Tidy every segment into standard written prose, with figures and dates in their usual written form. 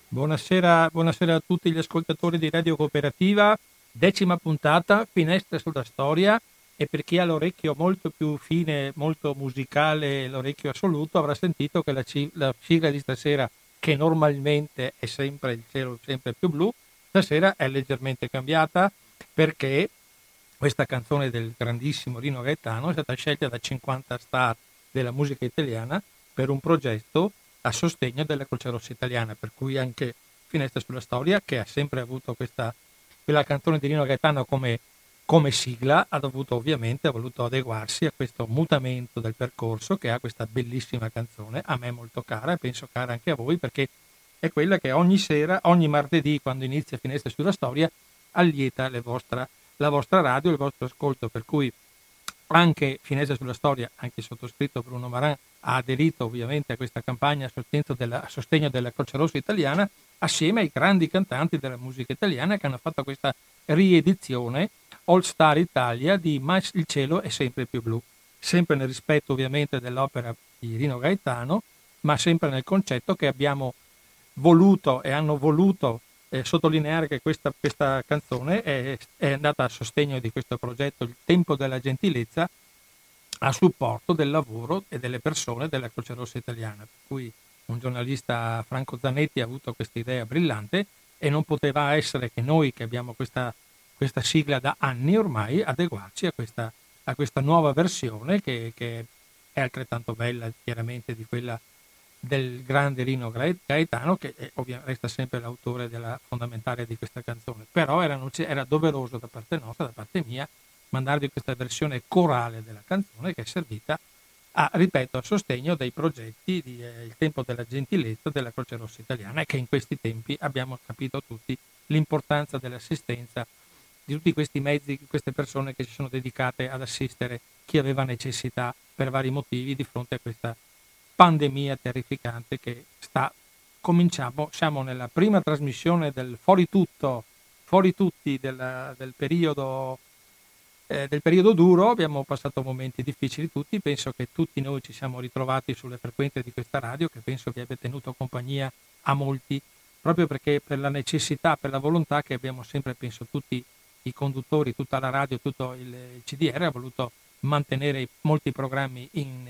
Buonasera a tutti gli ascoltatori di Radio Cooperativa, 10ª puntata, Finestre sulla storia, e per chi ha l'orecchio molto più fine, molto musicale, l'orecchio assoluto, avrà sentito che la sigla di stasera, che normalmente è sempre il cielo sempre più blu, stasera è leggermente cambiata perché questa canzone del grandissimo Rino Gaetano è stata scelta da 50 star della musica italiana per un progetto a sostegno della Croce Rossa Italiana, per cui anche Finestra sulla Storia, che ha sempre avuto quella canzone di Rino Gaetano come sigla, ha voluto adeguarsi a questo mutamento del percorso che ha questa bellissima canzone, a me molto cara e penso cara anche a voi, perché è quella che ogni sera, ogni martedì, quando inizia Finestra sulla Storia, allieta la vostra radio, il vostro ascolto, per cui anche Finestra sulla Storia, anche il sottoscritto Bruno Maran, ha aderito ovviamente a questa campagna a sostegno della Croce Rossa Italiana, assieme ai grandi cantanti della musica italiana che hanno fatto questa riedizione All Star Italia di Ma il cielo è sempre più blu, sempre nel rispetto ovviamente dell'opera di Rino Gaetano, ma sempre nel concetto che abbiamo voluto e hanno voluto sottolineare che questa canzone è andata a sostegno di questo progetto Il Tempo della Gentilezza, a supporto del lavoro e delle persone della Croce Rossa Italiana, per cui un giornalista, Franco Zanetti, ha avuto questa idea brillante e non poteva essere che noi, che abbiamo questa sigla da anni ormai, adeguarci a questa nuova versione che è altrettanto bella chiaramente di quella del grande Rino Gaetano, che resta sempre l'autore della fondamentale di questa canzone. Però era doveroso da parte nostra, da parte mia, mandarvi questa versione corale della canzone, che è servita a sostegno dei progetti di Il Tempo della Gentilezza della Croce Rossa Italiana, e che in questi tempi abbiamo capito tutti l'importanza dell'assistenza di tutti questi mezzi, queste persone che si sono dedicate ad assistere chi aveva necessità per vari motivi di fronte a questa pandemia terrificante che siamo nella prima trasmissione del fuori tutti del periodo duro. Abbiamo passato momenti difficili tutti, penso che tutti noi ci siamo ritrovati sulle frequenze di questa radio, che penso vi abbia tenuto compagnia a molti, proprio perché per la necessità, per la volontà che abbiamo sempre, penso tutti i conduttori, tutta la radio, tutto il CDR ha voluto mantenere molti programmi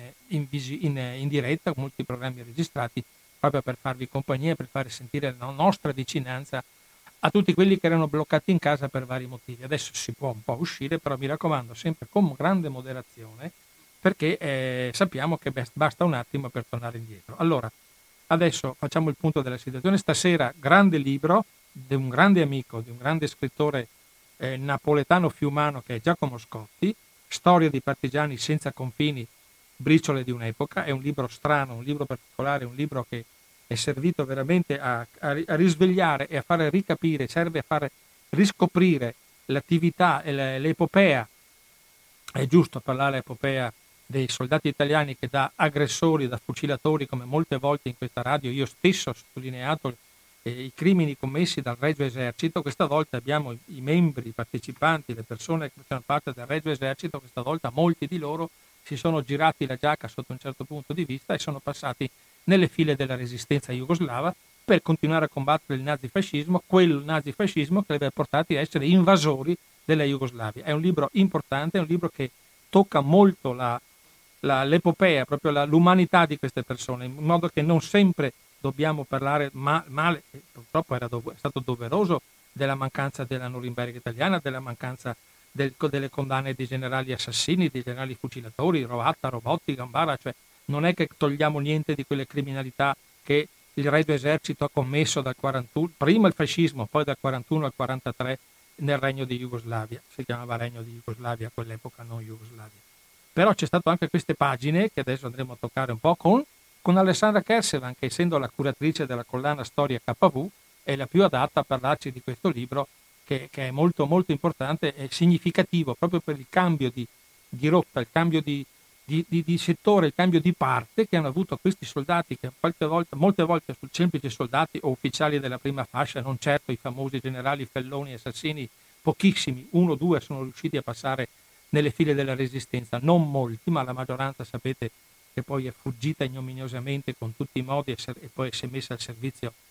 in diretta, molti programmi registrati, proprio per farvi compagnia, per fare sentire la nostra vicinanza a tutti quelli che erano bloccati in casa per vari motivi. Adesso si può un po' uscire, però mi raccomando, sempre con grande moderazione, perché sappiamo che basta un attimo per tornare indietro. Allora, adesso facciamo il punto della situazione. Stasera, grande libro di un grande amico, di un grande scrittore napoletano fiumano, che è Giacomo Scotti, Storia di partigiani senza confini, briciole di un'epoca. È un libro strano, un libro particolare, un libro che è servito veramente a risvegliare e a fare ricapire, serve a fare riscoprire l'attività e l'epopea, è giusto parlare epopea, dei soldati italiani, che da aggressori, da fucilatori, come molte volte in questa radio io stesso ho sottolineato i crimini commessi dal Regio Esercito. Questa volta abbiamo i membri, i partecipanti, le persone che facevano parte del Regio Esercito. Questa volta molti di loro si sono girati la giacca sotto un certo punto di vista e sono passati nelle file della resistenza jugoslava per continuare a combattere il nazifascismo, quel nazifascismo che li aveva portati a essere invasori della Jugoslavia. È un libro importante, è un libro che tocca molto l'epopea, proprio l'umanità di queste persone, in modo che non sempre dobbiamo parlare male, purtroppo è stato doveroso, della mancanza della Norimberga italiana, della mancanza delle condanne dei generali assassini, dei generali fucilatori, Rovatta, Robotti, Gambara, cioè non è che togliamo niente di quelle criminalità che il Regio Esercito ha commesso dal 41, prima il fascismo, poi dal 41 al 43 nel Regno di Jugoslavia. Si chiamava Regno di Jugoslavia a quell'epoca, non Jugoslavia. Però c'è stato anche queste pagine che adesso andremo a toccare un po' con Alessandra Kersevan, che essendo la curatrice della collana Storia KV è la più adatta a parlarci di questo libro che è molto molto importante e significativo proprio per il cambio di rotta, il cambio di settore, il cambio di parte che hanno avuto questi soldati, che molte volte sono semplici soldati o ufficiali della prima fascia, non certo i famosi generali Felloni e assassini, pochissimi, 1 o 2 sono riusciti a passare nelle file della resistenza, non molti, ma la maggioranza sapete che poi è fuggita ignominiosamente con tutti i modi e poi si è messa al servizio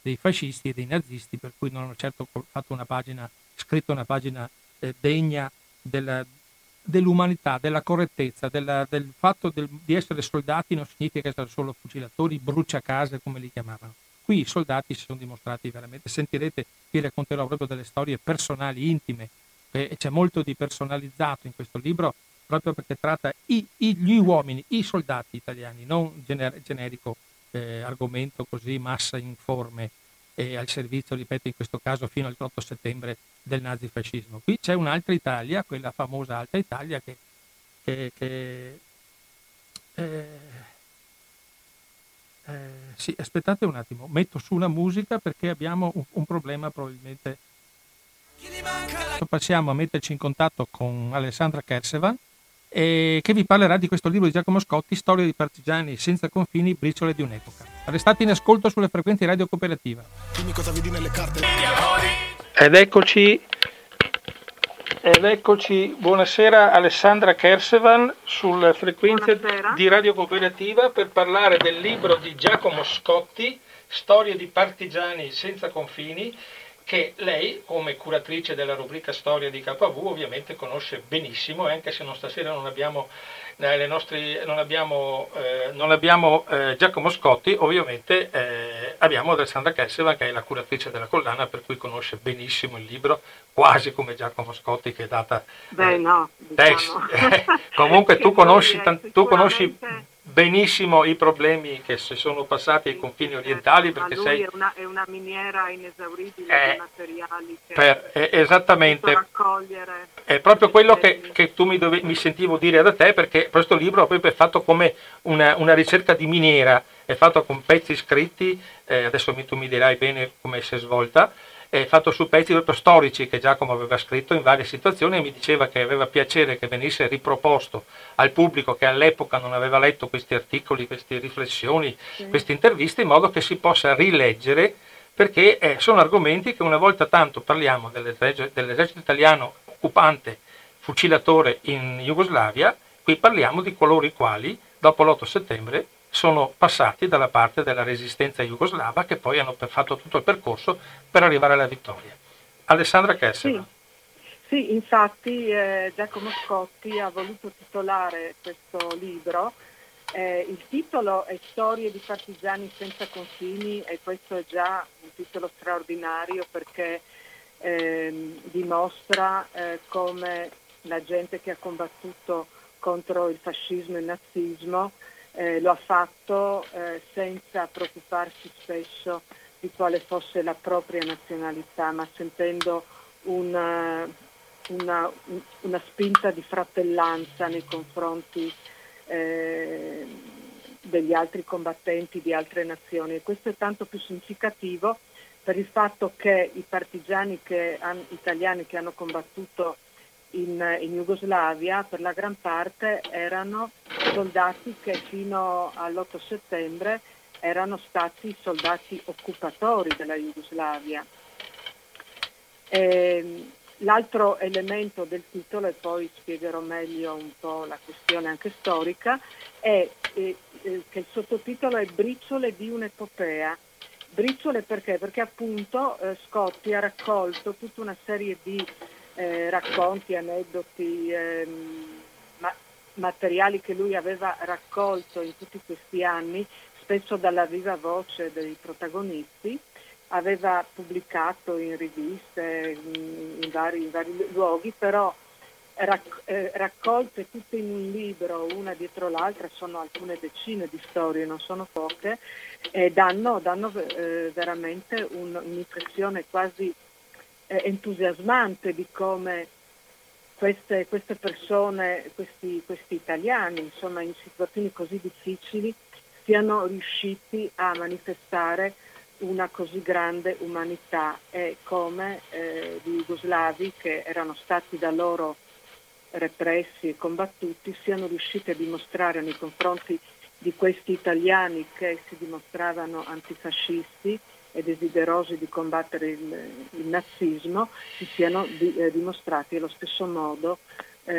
dei fascisti e dei nazisti, per cui non hanno certo scritto una pagina degna dell'umanità, della correttezza, del fatto di essere soldati non significa essere solo fucilatori, bruciacase come li chiamavano. Qui i soldati si sono dimostrati veramente, sentirete, vi racconterò proprio delle storie personali, intime, e c'è molto di personalizzato in questo libro, proprio perché tratta gli uomini, i soldati italiani, non generico argomento così massa informe al servizio, ripeto, in questo caso fino al 8 settembre del nazifascismo. Qui c'è un'altra Italia, quella famosa Alta Italia, sì, aspettate un attimo, metto su una musica perché abbiamo un problema probabilmente. Passiamo a metterci in contatto con Alessandra Kersevan, che vi parlerà di questo libro di Giacomo Scotti, Storia di partigiani senza confini, briciole di un'epoca. Restate in ascolto sulle frequenze Radio Cooperativa. Dimmi cosa vedi nelle carte. Ed eccoci, buonasera Alessandra Kersevan sulle frequenze di Radio Cooperativa per parlare del libro di Giacomo Scotti, Storie di partigiani senza confini, che lei, come curatrice della rubrica Storia di KV, ovviamente conosce benissimo, anche se stasera non abbiamo Giacomo Scotti, ovviamente abbiamo Alessandra Kersevan, che è la curatrice della collana, per cui conosce benissimo il libro, quasi come Giacomo Scotti, che è data comunque tu conosci benissimo i problemi che si sono passati ai confini orientali, perché lui è una miniera inesauribile di materiali che esattamente raccogliere. È proprio quello che tu mi sentivo dire da te, perché questo libro proprio è fatto come una ricerca di miniera, è fatto con pezzi scritti, adesso tu mi dirai bene come si è svolta, è fatto su pezzi proprio storici che Giacomo aveva scritto in varie situazioni, e mi diceva che aveva piacere che venisse riproposto al pubblico che all'epoca non aveva letto questi articoli, queste riflessioni, queste interviste, in modo che si possa rileggere, perché sono argomenti che una volta tanto parliamo dell'esercito italiano occupante, fucilatore in Jugoslavia, qui parliamo di coloro i quali dopo l'8 settembre sono passati dalla parte della resistenza jugoslava, che poi hanno fatto tutto il percorso per arrivare alla vittoria. Alessandra Kersevan. Sì, infatti Giacomo Scotti ha voluto titolare questo libro. Il titolo è Storie di partigiani senza confini, e questo è già un titolo straordinario, perché dimostra come la gente che ha combattuto contro il fascismo e il nazismo lo ha fatto senza preoccuparsi spesso di quale fosse la propria nazionalità, ma sentendo una spinta di fratellanza nei confronti degli altri combattenti di altre nazioni. E questo è tanto più significativo per il fatto che i partigiani italiani che hanno combattuto in Jugoslavia per la gran parte erano soldati che fino all'8 settembre erano stati soldati occupatori della Jugoslavia. L'altro elemento del titolo, e poi spiegherò meglio un po' la questione anche storica, è che il sottotitolo è Briciole di un'epopea. Briciole perché? Perché appunto Scotti ha raccolto tutta una serie di racconti, aneddoti, materiali che lui aveva raccolto in tutti questi anni, spesso dalla viva voce dei protagonisti. Aveva pubblicato in riviste, in vari luoghi, però raccolte tutte in un libro, una dietro l'altra, sono alcune decine di storie, non sono poche, e danno veramente un'impressione quasi entusiasmante di come queste persone, questi italiani, insomma, in situazioni così difficili, siano riusciti a manifestare una così grande umanità, e come gli jugoslavi, che erano stati da loro repressi e combattuti, siano riusciti a dimostrare nei confronti di questi italiani che si dimostravano antifascisti e desiderosi di combattere il nazismo, si siano dimostrati allo stesso modo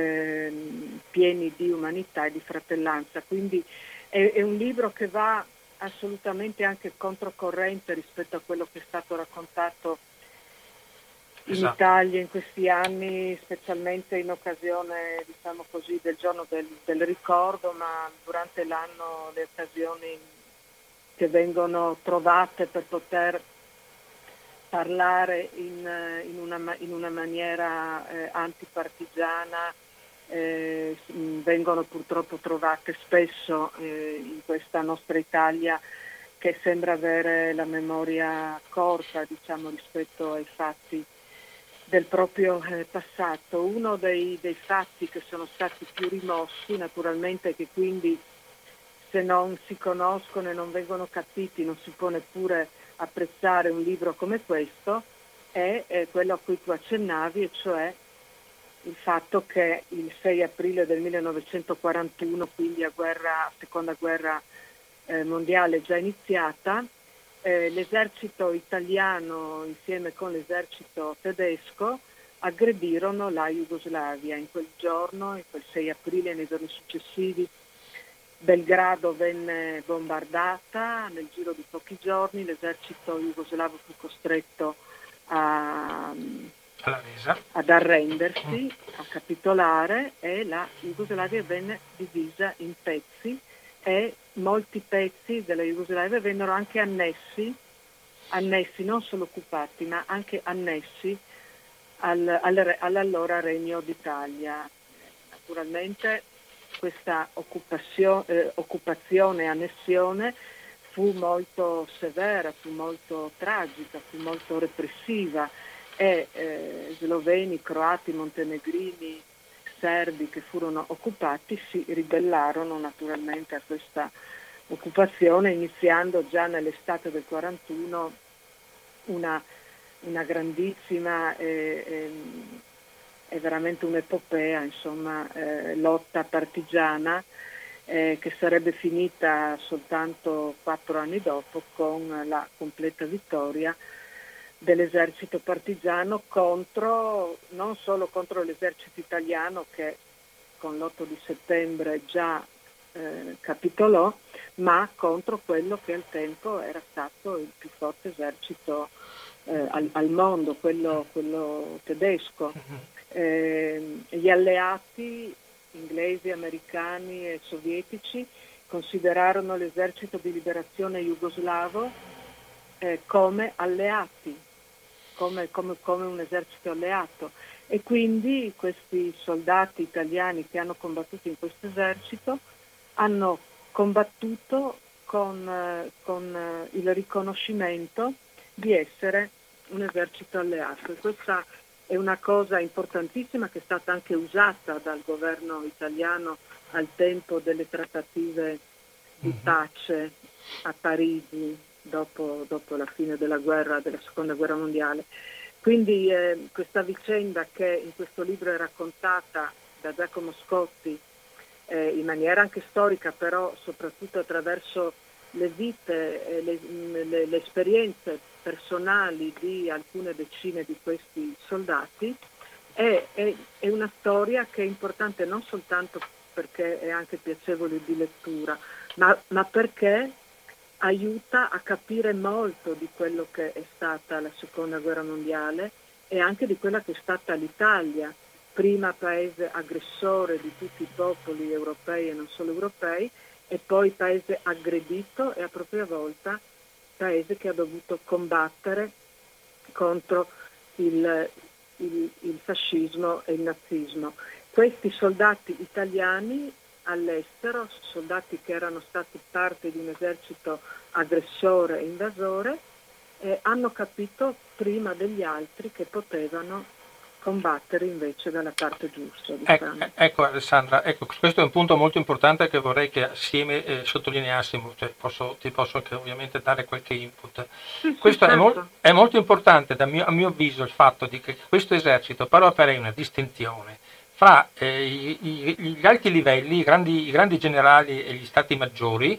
pieni di umanità e di fratellanza. Quindi è un libro che va assolutamente anche controcorrente rispetto a quello che è stato raccontato in Italia in questi anni, specialmente in occasione, diciamo così, del giorno del ricordo, ma durante l'anno le occasioni che vengono trovate per poter parlare in una maniera antipartigiana vengono purtroppo trovate spesso in questa nostra Italia che sembra avere la memoria corta, diciamo, rispetto ai fatti del proprio passato. Uno dei fatti che sono stati più rimossi, naturalmente, che quindi se non si conoscono e non vengono capiti non si può neppure apprezzare un libro come questo, è quello a cui tu accennavi, e cioè il fatto che il 6 aprile del 1941, quindi a seconda guerra mondiale già iniziata, l'esercito italiano insieme con l'esercito tedesco aggredirono la Jugoslavia. In quel giorno, in quel 6 aprile e nei giorni successivi, Belgrado venne bombardata, nel giro di pochi giorni l'esercito jugoslavo fu costretto ad arrendersi, a capitolare, e la Jugoslavia venne divisa in pezzi e molti pezzi della Jugoslavia vennero anche annessi, non solo occupati, ma anche annessi all'allora Regno d'Italia. Naturalmente questa occupazione e annessione fu molto severa, fu molto tragica, fu molto repressiva, e sloveni, croati, montenegrini, serbi che furono occupati si ribellarono naturalmente a questa occupazione, iniziando già nell'estate del 41 una grandissima e veramente un'epopea, insomma, lotta partigiana che sarebbe finita soltanto 4 anni dopo con la completa vittoria dell'esercito partigiano non solo contro l'esercito italiano, che con l'8 di settembre già capitolò, ma contro quello che al tempo era stato il più forte esercito al mondo, quello tedesco. Gli alleati inglesi, americani e sovietici considerarono l'esercito di liberazione jugoslavo come alleati, come un esercito alleato, e quindi questi soldati italiani che hanno combattuto in questo esercito hanno combattuto con il riconoscimento di essere un esercito alleato, e questa è una cosa importantissima che è stata anche usata dal governo italiano al tempo delle trattative di pace a Parigi dopo la fine della seconda guerra mondiale. Quindi questa vicenda, che in questo libro è raccontata da Giacomo Scotti in maniera anche storica, però soprattutto attraverso le vite, le esperienze personali di alcune decine di questi soldati, è una storia che è importante non soltanto perché è anche piacevole di lettura, ma perché aiuta a capire molto di quello che è stata la seconda guerra mondiale e anche di quella che è stata l'Italia, prima paese aggressore di tutti i popoli europei e non solo europei, e poi paese aggredito e a propria volta paese che ha dovuto combattere contro il fascismo e il nazismo. Questi soldati italiani all'estero, soldati che erano stati parte di un esercito aggressore e invasore, hanno capito prima degli altri che potevano combattere invece dalla parte giusta. Diciamo. Ecco Alessandra, questo è un punto molto importante che vorrei che assieme sottolineassimo, cioè ti posso anche ovviamente dare qualche input. Questo certo. È molto importante a mio avviso il fatto di che questo esercito però farei una distinzione fra gli alti livelli, i grandi generali e gli stati maggiori,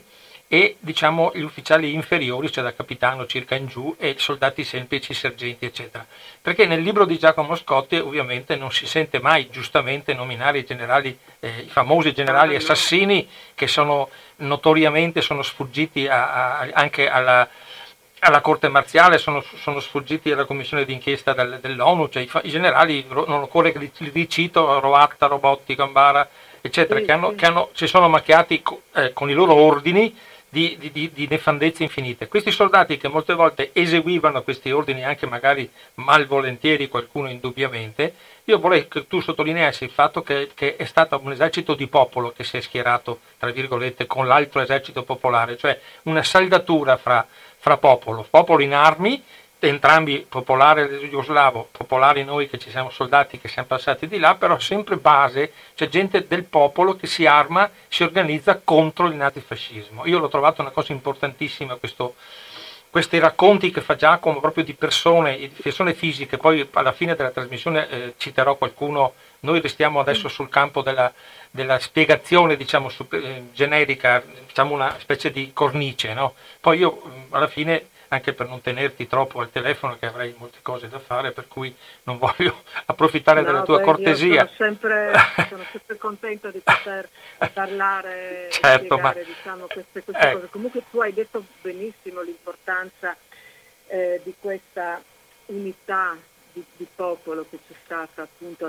e diciamo gli ufficiali inferiori, cioè da capitano circa in giù, e soldati semplici, sergenti, eccetera. Perché nel libro di Giacomo Scotti ovviamente non si sente mai giustamente nominare i generali, i famosi generali assassini che sono notoriamente sono sfuggiti anche alla corte marziale, sono sfuggiti alla commissione d'inchiesta dell'ONU, cioè i generali, non occorre che li ricito, Roatta, Robotti, Gambara, eccetera, si sono macchiati con i loro ordini di nefandezze infinite. Questi soldati che molte volte eseguivano questi ordini anche magari malvolentieri, qualcuno indubbiamente, io vorrei che tu sottolineassi il fatto che è stato un esercito di popolo che si è schierato, tra virgolette, con l'altro esercito popolare, cioè una saldatura fra popolo in armi, entrambi popolare jugoslavo, popolari noi che ci siamo soldati che siamo passati di là, però sempre base, cioè gente del popolo che si arma, si organizza contro il nazifascismo. Io l'ho trovato una cosa importantissima questi racconti che fa Giacomo proprio di persone fisiche, poi alla fine della trasmissione citerò qualcuno, noi restiamo adesso sul campo della spiegazione diciamo generica, diciamo una specie di cornice, no? Poi io alla fine, anche per non tenerti troppo al telefono che avrei molte cose da fare, per cui non voglio approfittare della tua cortesia. Io sono sempre contento di poter parlare certo, e spiegare diciamo, queste cose. Comunque tu hai detto benissimo l'importanza di questa unità di popolo che c'è stata appunto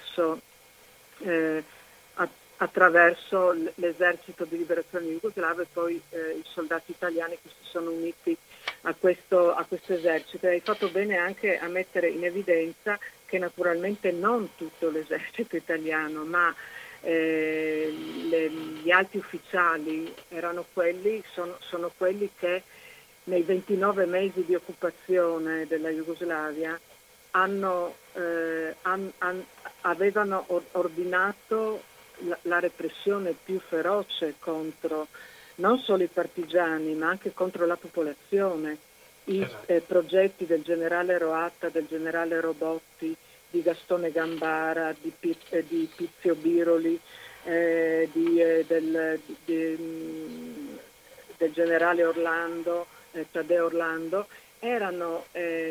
attraverso l'esercito di liberazione jugoslavo e poi i soldati italiani che si sono uniti a questo esercito. Hai fatto bene anche a mettere in evidenza che naturalmente non tutto l'esercito italiano, ma gli alti ufficiali sono quelli che nei 29 mesi di occupazione della Jugoslavia avevano ordinato la repressione più feroce contro non solo i partigiani ma anche contro la popolazione. I progetti del generale Roatta, del generale Robotti, di Gastone Gambara, di Pizio Biroli, del generale Orlando, Taddeo Orlando, erano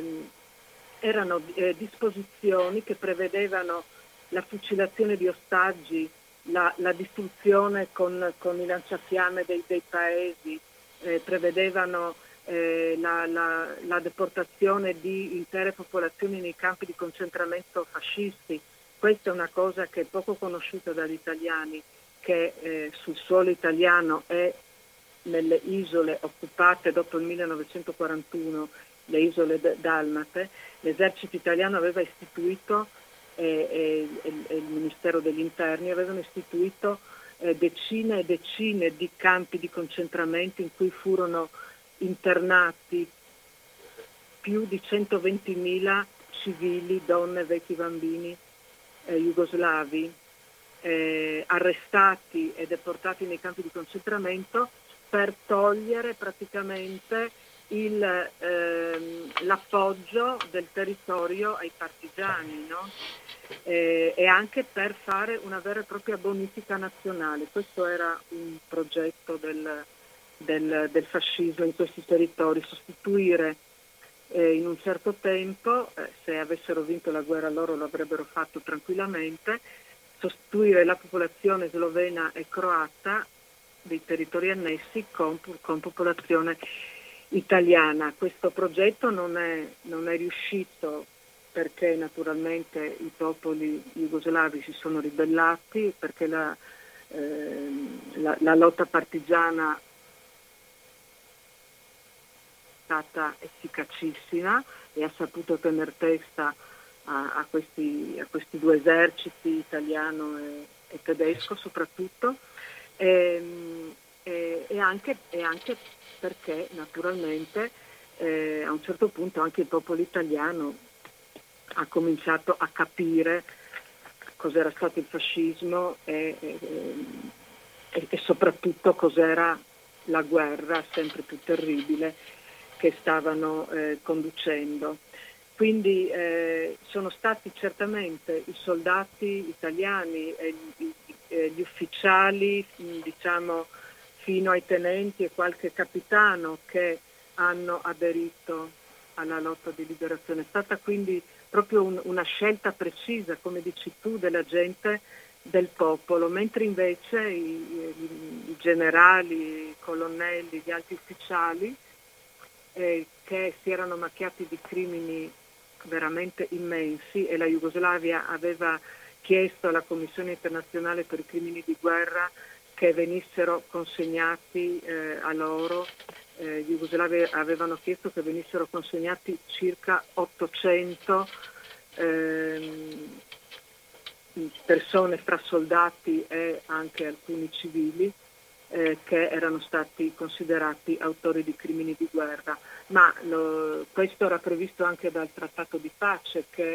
disposizioni che prevedevano la fucilazione di ostaggi, la distruzione con i lanciafiamme dei paesi, prevedevano la deportazione di intere popolazioni nei campi di concentramento fascisti. Questa è una cosa che è poco conosciuta dagli italiani, che sul suolo italiano e nelle isole occupate dopo il 1941, le isole dalmate, l'esercito italiano aveva istituito e il Ministero degli Interni avevano istituito decine e decine di campi di concentramento in cui furono internati più di 120.000 civili, donne, vecchi, bambini jugoslavi, arrestati e deportati nei campi di concentramento per togliere praticamente l'appoggio del territorio ai partigiani, no? E anche per fare una vera e propria bonifica nazionale. Questo era un progetto del fascismo in questi territori, sostituire in un certo tempo, se avessero vinto la guerra loro lo avrebbero fatto tranquillamente, sostituire la popolazione slovena e croata dei territori annessi con popolazione italiana. Questo progetto non è riuscito perché naturalmente i popoli jugoslavi si sono ribellati, perché la lotta partigiana è stata efficacissima e ha saputo tener testa a questi due eserciti, italiano e tedesco soprattutto, e anche perché naturalmente a un certo punto anche il popolo italiano ha cominciato a capire cos'era stato il fascismo e soprattutto cos'era la guerra sempre più terribile che stavano conducendo. Quindi sono stati certamente i soldati italiani e gli ufficiali, diciamo, fino ai tenenti e qualche capitano che hanno aderito alla lotta di liberazione. È stata quindi proprio una scelta precisa, come dici tu, della gente del popolo, mentre invece i generali, i colonnelli, gli alti ufficiali che si erano macchiati di crimini veramente immensi, e la Jugoslavia aveva chiesto alla Commissione internazionale per i crimini di guerra che venissero consegnati a loro. Gli jugoslavi avevano chiesto che venissero consegnati circa 800 persone fra soldati e anche alcuni civili che erano stati considerati autori di crimini di guerra. Ma questo era previsto anche dal trattato di pace, che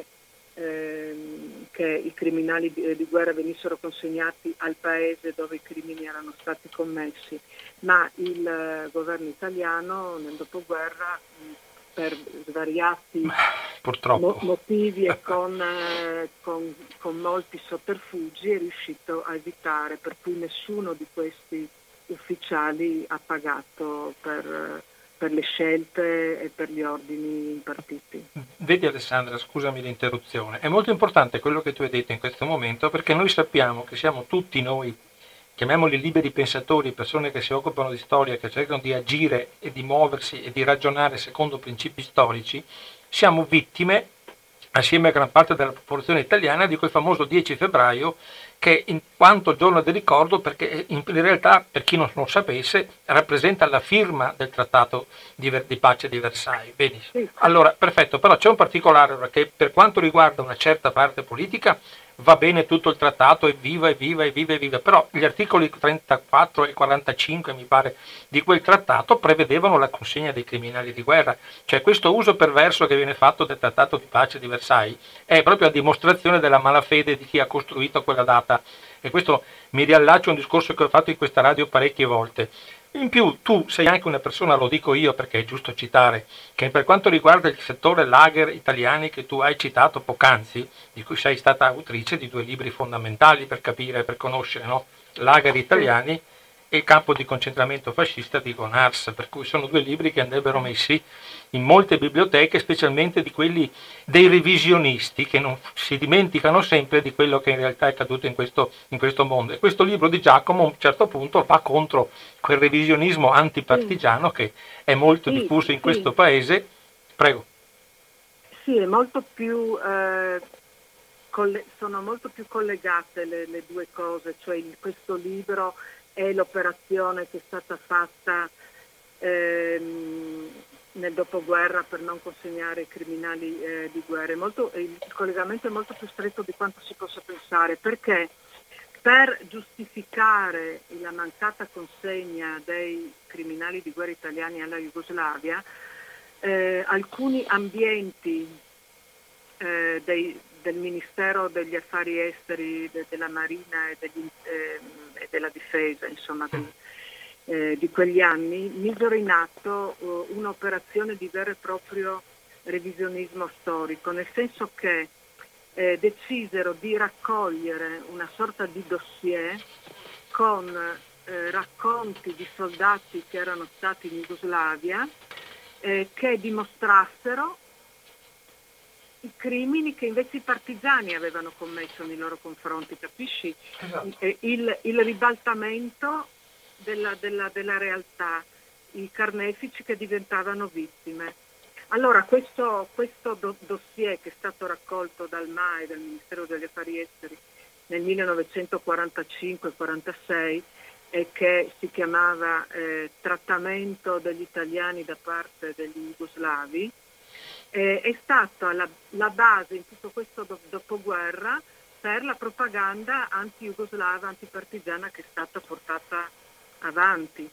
i criminali di guerra venissero consegnati al paese dove i crimini erano stati commessi. Ma il governo italiano nel dopoguerra, per svariati motivi e con molti sotterfugi, è riuscito a evitare, per cui nessuno di questi ufficiali ha pagato per le scelte e per gli ordini impartiti. Vedi Alessandra, scusami l'interruzione, è molto importante quello che tu hai detto in questo momento, perché noi sappiamo che siamo tutti noi, chiamiamoli liberi pensatori, persone che si occupano di storia, che cercano di agire e di muoversi e di ragionare secondo principi storici, siamo vittime, assieme a gran parte della popolazione italiana, di quel famoso 10 febbraio, che in quanto giorno di ricordo, perché in realtà, per chi non lo sapesse, rappresenta la firma del trattato di pace di Versailles. Benissimo. Allora, perfetto, però c'è un particolare, perché per quanto riguarda una certa parte politica va bene tutto il trattato, evviva, però gli articoli 34 e 45, mi pare, di quel trattato prevedevano la consegna dei criminali di guerra. Cioè questo uso perverso che viene fatto del trattato di pace di Versailles è proprio a dimostrazione della malafede di chi ha costruito quella data, e questo mi riallaccio a un discorso che ho fatto in questa radio parecchie volte. In più tu sei anche una persona, lo dico io perché è giusto citare, che per quanto riguarda il settore lager italiani che tu hai citato poc'anzi, di cui sei stata autrice di 2 libri fondamentali per capire e per conoscere, no? Lager italiani e il campo di concentramento fascista di Gonars, per cui sono 2 libri che andrebbero messi in molte biblioteche, specialmente di quelli dei revisionisti che non si dimenticano sempre di quello che in realtà è accaduto in questo mondo. E questo libro di Giacomo a un certo punto va contro quel revisionismo antipartigiano che è molto diffuso in questo paese. Prego. Sì, è molto più sono molto più collegate le due cose, cioè questo libro è l'operazione che è stata fatta nel dopoguerra per non consegnare i criminali di guerra. Il collegamento è molto più stretto di quanto si possa pensare, perché per giustificare la mancata consegna dei criminali di guerra italiani alla Jugoslavia, alcuni ambienti del Ministero degli Affari Esteri, della Marina e della Difesa, insomma, di quegli anni, misero in atto un'operazione di vero e proprio revisionismo storico, nel senso che decisero di raccogliere una sorta di dossier con racconti di soldati che erano stati in Jugoslavia che dimostrassero i crimini che invece i partigiani avevano commesso nei loro confronti, capisci? Esatto. Il ribaltamento della realtà, i carnefici che diventavano vittime. Allora questo dossier che è stato raccolto dal MAE, dal Ministero degli Affari Esteri, nel 1945-46, e che si chiamava Trattamento degli italiani da parte degli jugoslavi, è stata la base in tutto questo dopoguerra per la propaganda anti-jugoslava, antipartigiana che è stata portata avanti.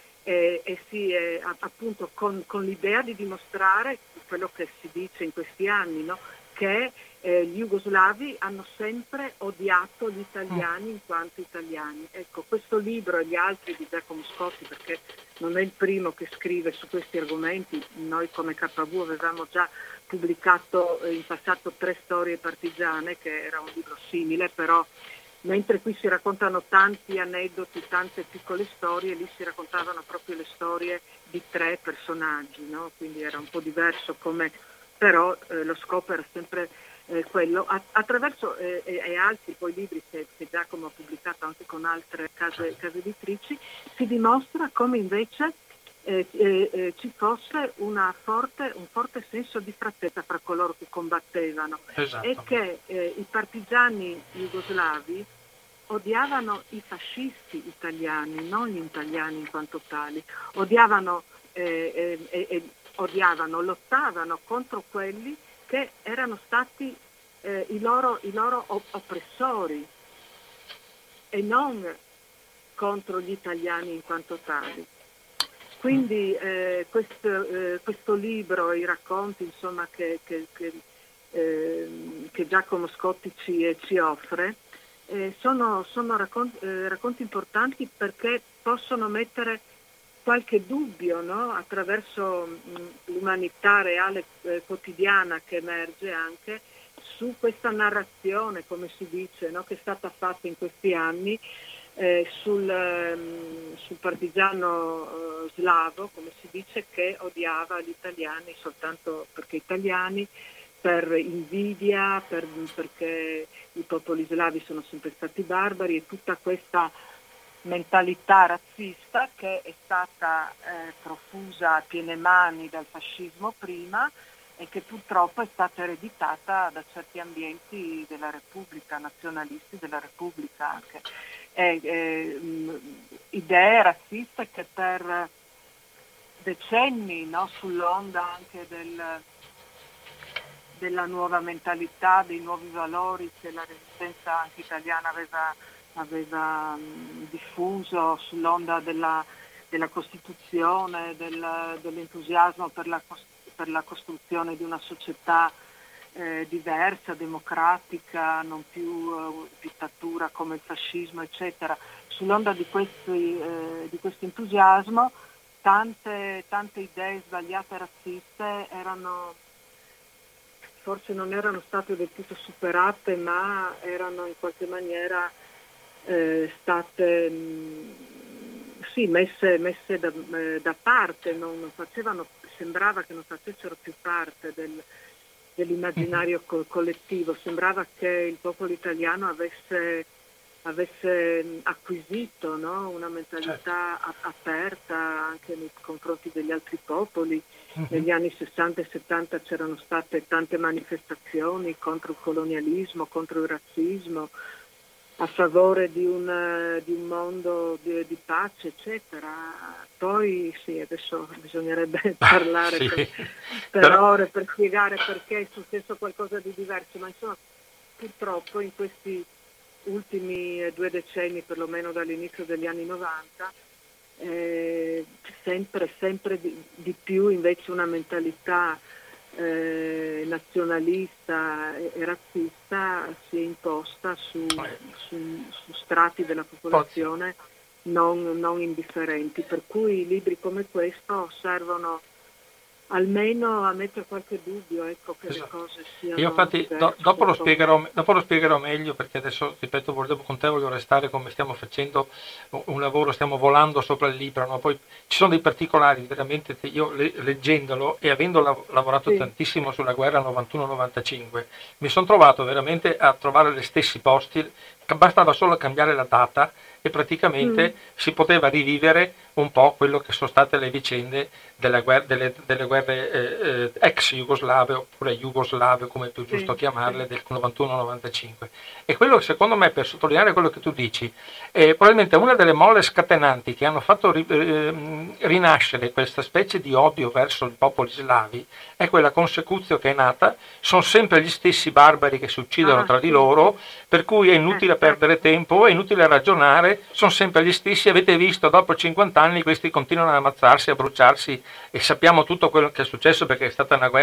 Appunto con l'idea di dimostrare quello che si dice in questi anni, no? Che gli jugoslavi hanno sempre odiato gli italiani in quanto italiani. Ecco, questo libro e gli altri di Giacomo Scotti, perché non è il primo che scrive su questi argomenti, noi come KV avevamo già pubblicato in passato 3 storie partigiane, che era un libro simile, però mentre qui si raccontano tanti aneddoti, tante piccole storie, lì si raccontavano proprio le storie di 3 personaggi, no? Quindi era un po' diverso però lo scopo era sempre quello. Attraverso e altri poi libri che Giacomo ha pubblicato anche con altre case editrici, si dimostra come invece ci fosse un forte senso di frattezza fra coloro che combattevano, Esatto. e che i partigiani jugoslavi odiavano i fascisti italiani, non gli italiani in quanto tali, odiavano, lottavano contro quelli che erano stati i loro oppressori, e non contro gli italiani in quanto tali. Quindi questo libro, i racconti insomma che Giacomo Scotti ci offre, sono racconti importanti perché possono mettere qualche dubbio, no? Attraverso l'umanità reale quotidiana che emerge anche su questa narrazione, come si dice, no? Che è stata fatta in questi anni sul partigiano slavo, come si dice, che odiava gli italiani soltanto perché italiani, per invidia, perché i popoli slavi sono sempre stati barbari, e tutta questa mentalità razzista che è stata profusa a piene mani dal fascismo prima, e che purtroppo è stata ereditata da certi ambienti della Repubblica, nazionalisti della Repubblica anche. Idee razziste che per decenni, no, sull'onda anche della nuova mentalità, dei nuovi valori che la resistenza anche italiana aveva diffuso, sull'onda della Costituzione, dell'entusiasmo per la costruzione di una società diversa, democratica, non più dittatura come il fascismo, eccetera. Sull'onda di questo entusiasmo, tante idee sbagliate razziste forse non erano state del tutto superate, ma erano in qualche maniera state messe da parte, sembrava che non facessero più parte dell'immaginario collettivo. Sembrava che il popolo italiano avesse acquisito, no? Una mentalità aperta anche nei confronti degli altri popoli. Negli anni 60 e 70 c'erano state tante manifestazioni contro il colonialismo, contro il razzismo, a favore di un mondo di pace, eccetera. Poi sì, adesso bisognerebbe parlare per ore per spiegare perché è successo qualcosa di diverso, ma insomma purtroppo in questi ultimi 2 decenni, perlomeno dall'inizio degli anni 90, sempre di più invece una mentalità nazionalista e razzista si è imposta su strati della popolazione non indifferenti, per cui libri come questo servono almeno a mettere qualche dubbio, ecco, che le cose siano. Io infatti dopo lo spiegherò meglio, perché adesso, ripeto, con te voglio restare come stiamo facendo un lavoro, stiamo volando sopra il libro, no? Poi ci sono dei particolari, veramente io leggendolo e avendo lavorato tantissimo sulla guerra 91-95, mi sono trovato veramente a trovare gli stessi posti, bastava solo cambiare la data e praticamente si poteva rivivere un po' quello che sono state le vicende delle guerre ex jugoslave, oppure jugoslave come è più giusto chiamarle, del 91-95. E quello, secondo me, per sottolineare quello che tu dici, probabilmente una delle molle scatenanti che hanno fatto rinascere questa specie di odio verso i popoli slavi è quella consecuzio che è nata, sono sempre gli stessi barbari che si uccidono tra di loro, per cui è inutile perdere tempo, è inutile ragionare, sono sempre gli stessi, avete visto, dopo 50 anni questi continuano ad ammazzarsi, a bruciarsi, e sappiamo tutto quello che è successo perché è stata una guerra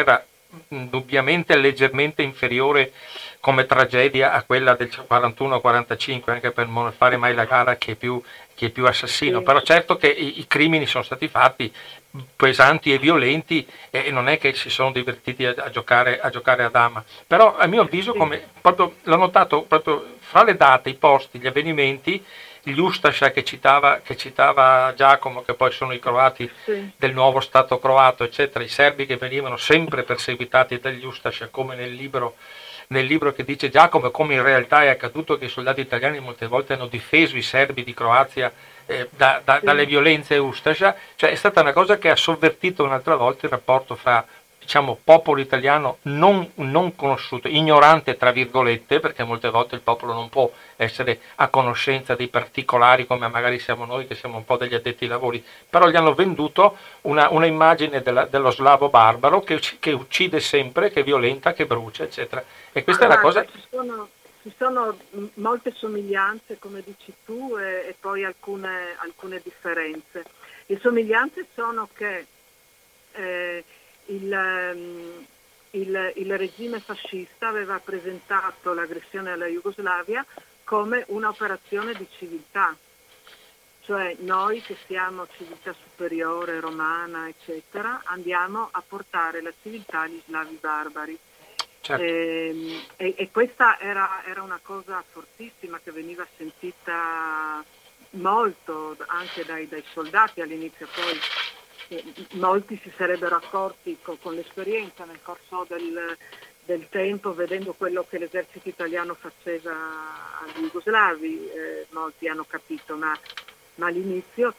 indubbiamente leggermente inferiore come tragedia a quella del 41-45, anche per non fare mai la gara chi è più assassino, Sì, però certo che i crimini sono stati fatti pesanti e violenti e non è che si sono divertiti a giocare a dama, però a mio avviso, sì, come proprio l'ho notato proprio fra le date, i posti, gli avvenimenti, gli Ustascia che citava Giacomo, che poi sono i croati sì, del nuovo Stato croato, eccetera, i serbi che venivano sempre perseguitati dagli Ustascia, come nel libro che dice Giacomo, come in realtà è accaduto che i soldati italiani molte volte hanno difeso i serbi di Croazia dalle sì. violenze Ustascia, cioè è stata una cosa che ha sovvertito un'altra volta il rapporto fra, diciamo, popolo italiano non conosciuto, ignorante tra virgolette, perché molte volte il popolo non può essere a conoscenza dei particolari come magari siamo noi che siamo un po' degli addetti ai lavori, però gli hanno venduto una immagine dello slavo barbaro che uccide sempre, che è violenta, che brucia, eccetera. E Ma questa è una guarda, cosa. ci sono molte somiglianze, come dici tu, e poi alcune differenze. Le somiglianze sono che eh, il, ehm, il regime fascista aveva presentato l'aggressione alla Jugoslavia come un'operazione di civiltà, cioè noi che siamo civiltà superiore, romana, eccetera, andiamo a portare la civiltà agli slavi barbari. Certo. E questa era una cosa fortissima che veniva sentita molto anche dai soldati all'inizio, poi molti si sarebbero accorti con l'esperienza nel corso del tempo, vedendo quello che l'esercito italiano faceva agli jugoslavi, molti hanno capito, ma all'inizio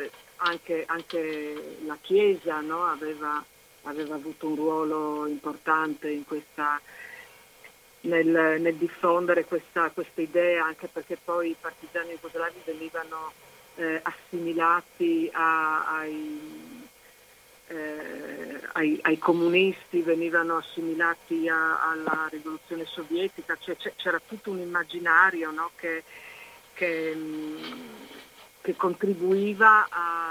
anche la Chiesa, no, aveva avuto un ruolo importante nel diffondere questa idea, anche perché poi i partigiani jugoslavi venivano assimilati ai comunisti, venivano assimilati alla rivoluzione sovietica, cioè c'era tutto un immaginario, no, che, che contribuiva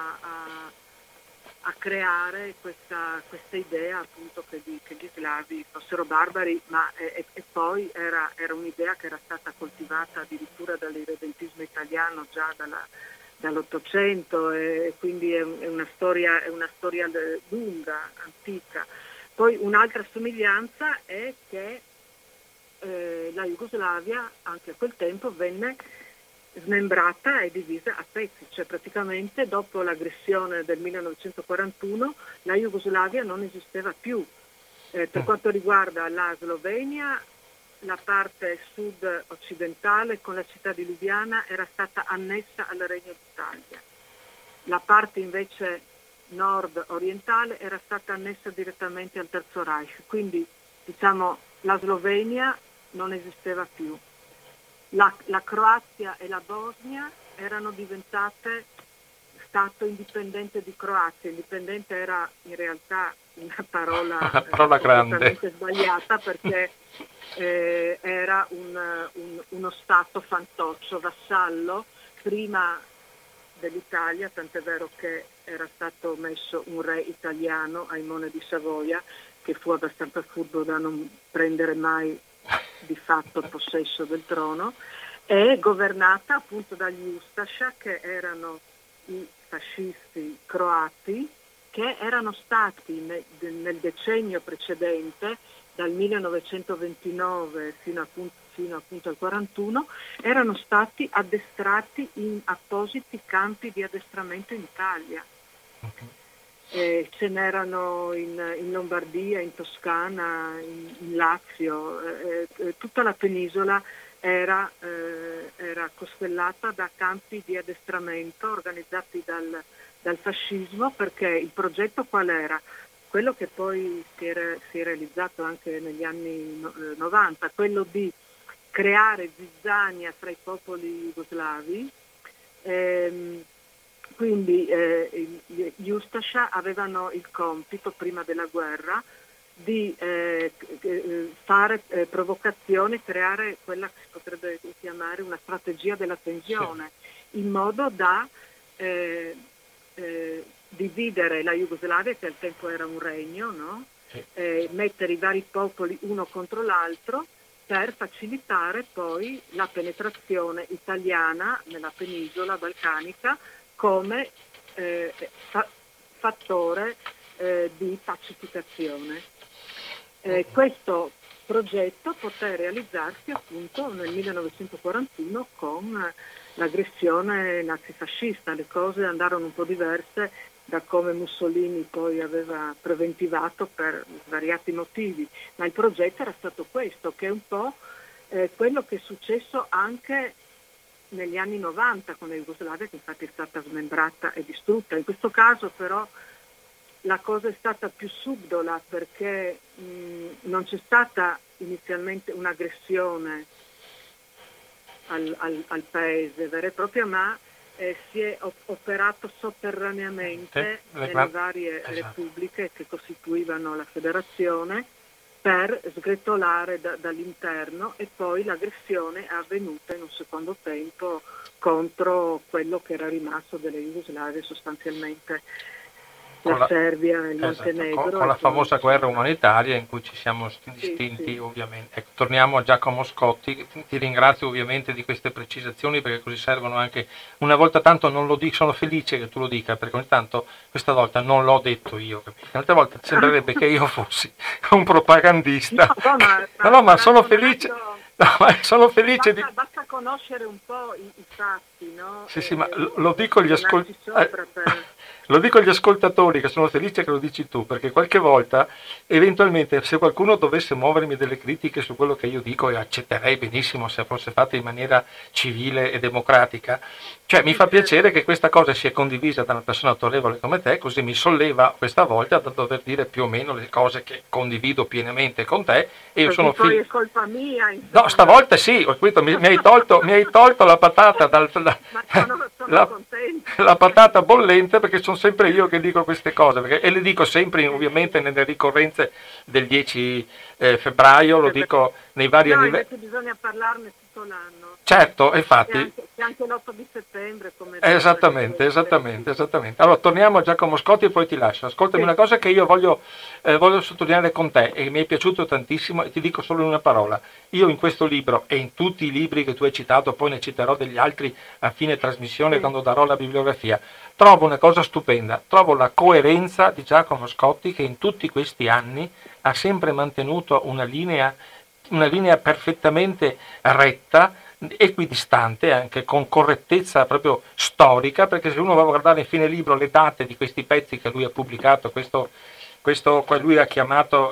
a creare questa idea appunto che gli slavi fossero barbari, ma e poi era un'idea che era stata coltivata addirittura dall'irredentismo italiano già dall'Ottocento, e quindi è una storia lunga, antica. Poi un'altra somiglianza è che la Jugoslavia anche a quel tempo venne smembrata e divisa a pezzi, cioè praticamente dopo l'aggressione del 1941 la Jugoslavia non esisteva più. Per quanto riguarda la Slovenia, la parte sud-occidentale con la città di Lubiana era stata annessa al Regno d'Italia. La parte invece nord-orientale era stata annessa direttamente al Terzo Reich, quindi diciamo la Slovenia non esisteva più. La Croazia e la Bosnia erano diventate Stato indipendente di Croazia. Indipendente era in realtà una parola grande. completamente sbagliata, perché era uno Stato fantoccio, vassallo, prima dell'Italia, tant'è vero che era stato messo un re italiano, Aimone di Savoia, che fu abbastanza furbo da non prendere mai di fatto possesso del trono, è governata appunto dagli Ustascia, che erano i fascisti croati, che erano stati nel decennio precedente, dal 1929 fino appunto al 41, erano stati addestrati in appositi campi di addestramento in Italia. Ce n'erano in Lombardia, in Toscana, in Lazio, tutta la penisola era costellata da campi di addestramento organizzati dal fascismo, perché il progetto qual era? Quello che poi si è realizzato anche negli anni 90, quello di creare zizzania fra i popoli jugoslavi. Quindi gli Ustascia avevano il compito, prima della guerra, di fare provocazioni, creare quella che si potrebbe chiamare una strategia della tensione, in modo da dividere la Jugoslavia, che al tempo era un regno, no? mettere i vari popoli uno contro l'altro per facilitare poi la penetrazione italiana nella penisola balcanica come fattore di pacificazione. Questo progetto poté realizzarsi appunto nel 1941 con l'aggressione nazifascista. Le cose andarono un po' diverse da come Mussolini poi aveva preventivato per svariati motivi, ma il progetto era stato questo, che è un po' quello che è successo anche negli anni 90 con la Jugoslavia, che infatti è stata smembrata e distrutta. In questo caso però la cosa è stata più subdola, perché non c'è stata inizialmente un'aggressione al paese vera e propria, ma si è operato sotterraneamente nelle varie repubbliche che costituivano la federazione per sgretolare dall'interno, e poi l'aggressione è avvenuta in un secondo tempo contro quello che era rimasto delle Jugoslavie, sostanzialmente la Serbia e il Montenegro. Con la famosa guerra umanitaria in cui ci siamo distinti, sì. Ovviamente. Ecco, torniamo a Giacomo Scotti. Ti ringrazio ovviamente di queste precisazioni, perché così servono anche. Una volta tanto non lo dico, sono felice che tu lo dica, perché ogni tanto questa volta non l'ho detto io, capito? Un'altra volta sembrerebbe che io fossi un propagandista. No, ma sono felice. No, ma sono felice basta conoscere un po' i fatti, no? Sì, ma lo dico agli lo dico agli ascoltatori, che sono felice che lo dici tu, perché qualche volta, eventualmente, se qualcuno dovesse muovermi delle critiche su quello che io dico, e accetterei benissimo se fosse fatta in maniera civile e democratica, cioè mi fa piacere che questa cosa sia condivisa da una persona autorevole come te, così mi solleva questa volta da dover dire più o meno le cose che condivido pienamente con te, e io sono felice. Poi è colpa mia, insomma. No, stavolta sì, mi hai tolto la patata la patata bollente, perché sono sempre io che dico queste cose, e le dico sempre ovviamente nelle ricorrenze del 10 febbraio, lo dico nei vari anniversari. Bisogna parlarne tutto l'anno. Certo, infatti. E anche l'8 di settembre. Come esattamente. Allora, torniamo a Giacomo Scotti e poi ti lascio. Ascoltami una cosa che io voglio sottolineare con te, e mi è piaciuto tantissimo, e ti dico solo in una parola. Io in questo libro, e in tutti i libri che tu hai citato, poi ne citerò degli altri a fine trasmissione quando darò la bibliografia, trovo una cosa stupenda, trovo la coerenza di Giacomo Scotti, che in tutti questi anni ha sempre mantenuto una linea perfettamente retta, equidistante, anche con correttezza proprio storica, perché se uno va a guardare in fine libro le date di questi pezzi che lui ha pubblicato, questo che lui ha chiamato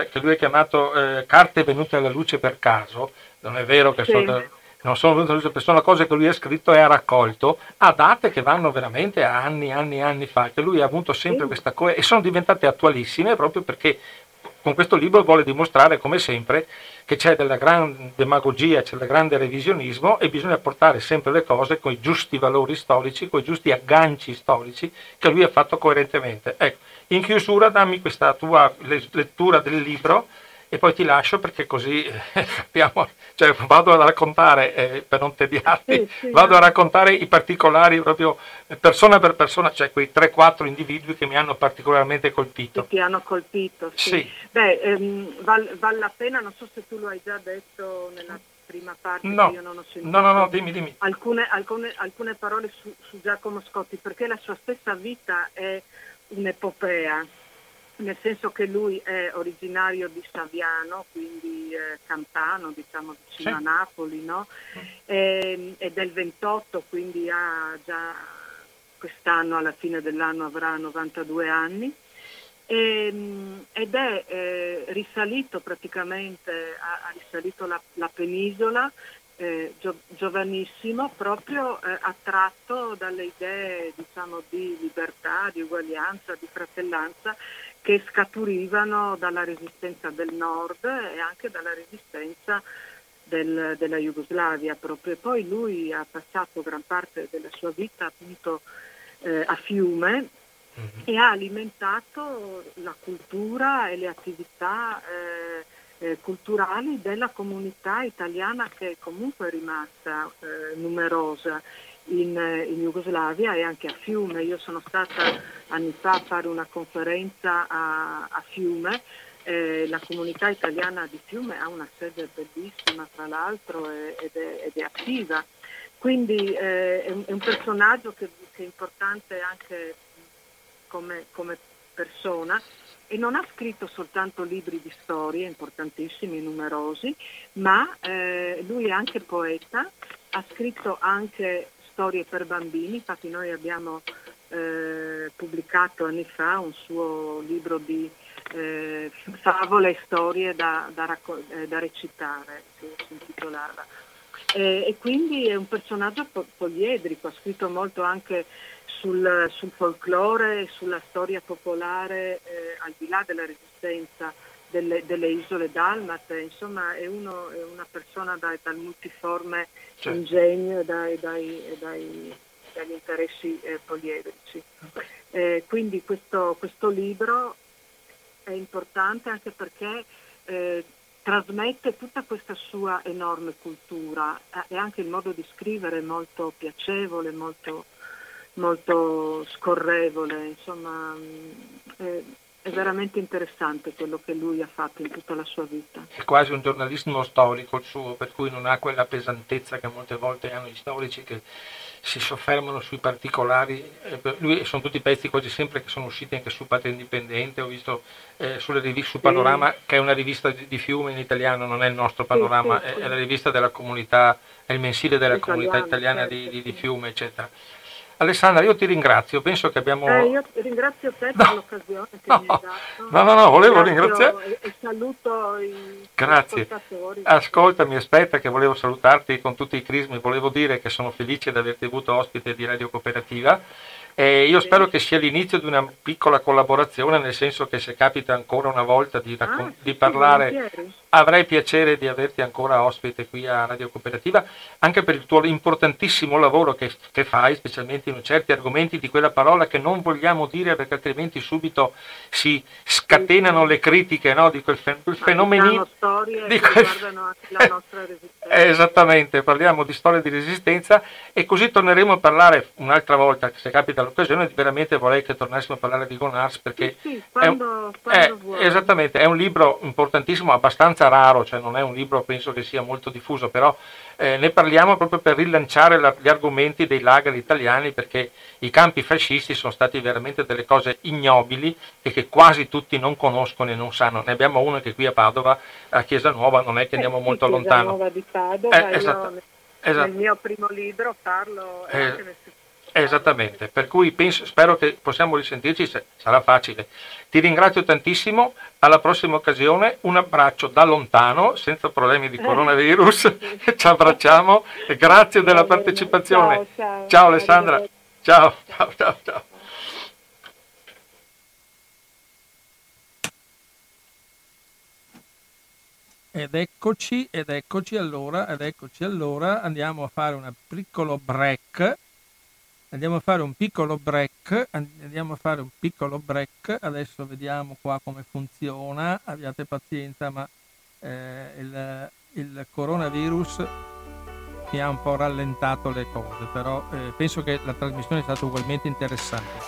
carte venute alla luce per caso, non è vero che non sono venute alla luce, sono cose che lui ha scritto e ha raccolto a date che vanno veramente a anni fa, che lui ha avuto sempre questa e sono diventate attualissime proprio perché con questo libro vuole dimostrare, come sempre, che c'è della grande demagogia, c'è del grande revisionismo, e bisogna portare sempre le cose con i giusti valori storici, con i giusti agganci storici che lui ha fatto coerentemente. Ecco, in chiusura dammi questa tua lettura del libro e poi ti lascio, perché così vado a raccontare, per non tediarti, vado a raccontare i particolari proprio persona per persona, cioè quei 3-4 individui che mi hanno particolarmente colpito. Che ti hanno colpito, sì. Beh, vale la pena, non so se tu lo hai già detto nella prima parte, che io non ho sentito. No, dimmi. Alcune parole su Giacomo Scotti, perché la sua stessa vita è un'epopea, nel senso che lui è originario di Saviano, quindi campano, diciamo vicino a Napoli, no? È del 28, quindi ha già quest'anno, alla fine dell'anno, avrà 92 anni, ed è risalito praticamente, ha risalito la penisola, giovanissimo, proprio attratto dalle idee, diciamo, di libertà, di uguaglianza, di fratellanza, che scaturivano dalla resistenza del nord e anche dalla resistenza della Jugoslavia proprio. E poi lui ha passato gran parte della sua vita appunto a Fiume, e ha alimentato la cultura e le attività culturali della comunità italiana, che comunque è rimasta numerosa in Jugoslavia e anche a Fiume. Io sono stata anni fa a fare una conferenza a Fiume, La comunità italiana di Fiume ha una sede bellissima, tra l'altro, ed è attiva. Quindi è un personaggio che è importante anche come persona, e non ha scritto soltanto libri di storie importantissimi, numerosi, ma lui è anche poeta, ha scritto anche storie per bambini. Infatti noi abbiamo pubblicato anni fa un suo libro di favole e storie da recitare, si intitolava. E quindi è un personaggio poliedrico, ha scritto molto anche sul folklore, sulla storia popolare, al di là della resistenza delle isole dalmate. Insomma è una persona dal multiforme ingegno e dagli interessi poliedrici. Quindi questo libro è importante anche perché trasmette tutta questa sua enorme cultura, e anche il modo di scrivere è molto piacevole, molto, molto scorrevole. Insomma è veramente interessante quello che lui ha fatto in tutta la sua vita. È quasi un giornalismo storico il suo, per cui non ha quella pesantezza che molte volte hanno gli storici, che si soffermano sui particolari. Lui sono tutti pezzi quasi sempre che sono usciti anche su Patria Indipendente, ho visto sulle riviste, su Panorama, che è una rivista di Fiume in italiano, non è il nostro Panorama, sì. È la rivista della comunità, è il mensile della comunità italiana, certo, di Fiume, eccetera. Alessandra, io ti ringrazio, penso che abbiamo... Io ringrazio te per l'occasione che mi hai dato. No, volevo ringraziare... E saluto i Grazie. ascoltatori. Ascoltami, aspetta che volevo salutarti con tutti i crismi, volevo dire che sono felice di averti avuto ospite di Radio Cooperativa. Io spero che sia l'inizio di una piccola collaborazione, nel senso che se capita ancora una volta di parlare, avrei piacere di averti ancora ospite qui a Radio Cooperativa, anche per il tuo importantissimo lavoro che fai, specialmente in certi argomenti di quella parola che non vogliamo dire, perché altrimenti subito si scatenano le critiche, no, di quel fenomeno. Storie che riguardano anche la nostra resistenza. Esattamente, parliamo di storia di resistenza, e così torneremo a parlare un'altra volta, se capita l'occasione. Veramente vorrei che tornassimo a parlare di Gonars, perché quando vuoi. Esattamente, è un libro importantissimo, abbastanza raro, cioè non è un libro, penso che sia molto diffuso, però ne parliamo proprio per rilanciare gli argomenti dei lager italiani, perché i campi fascisti sono stati veramente delle cose ignobili e che quasi tutti non conoscono e non sanno. Ne abbiamo uno che qui a Padova, a Chiesa Nuova, non è che andiamo molto lontano. Nuova di Padova, esatto. Nel mio primo libro parlo esattamente, per cui spero che possiamo risentirci, sarà facile. Ti ringrazio tantissimo, alla prossima occasione, un abbraccio da lontano, senza problemi di coronavirus, ci abbracciamo e grazie della partecipazione. Ciao Alessandra, ciao. Ed eccoci allora, andiamo a fare un piccolo break. Adesso vediamo qua come funziona, abbiate pazienza, ma il coronavirus mi ha un po' rallentato le cose, però penso che la trasmissione è stata ugualmente interessante.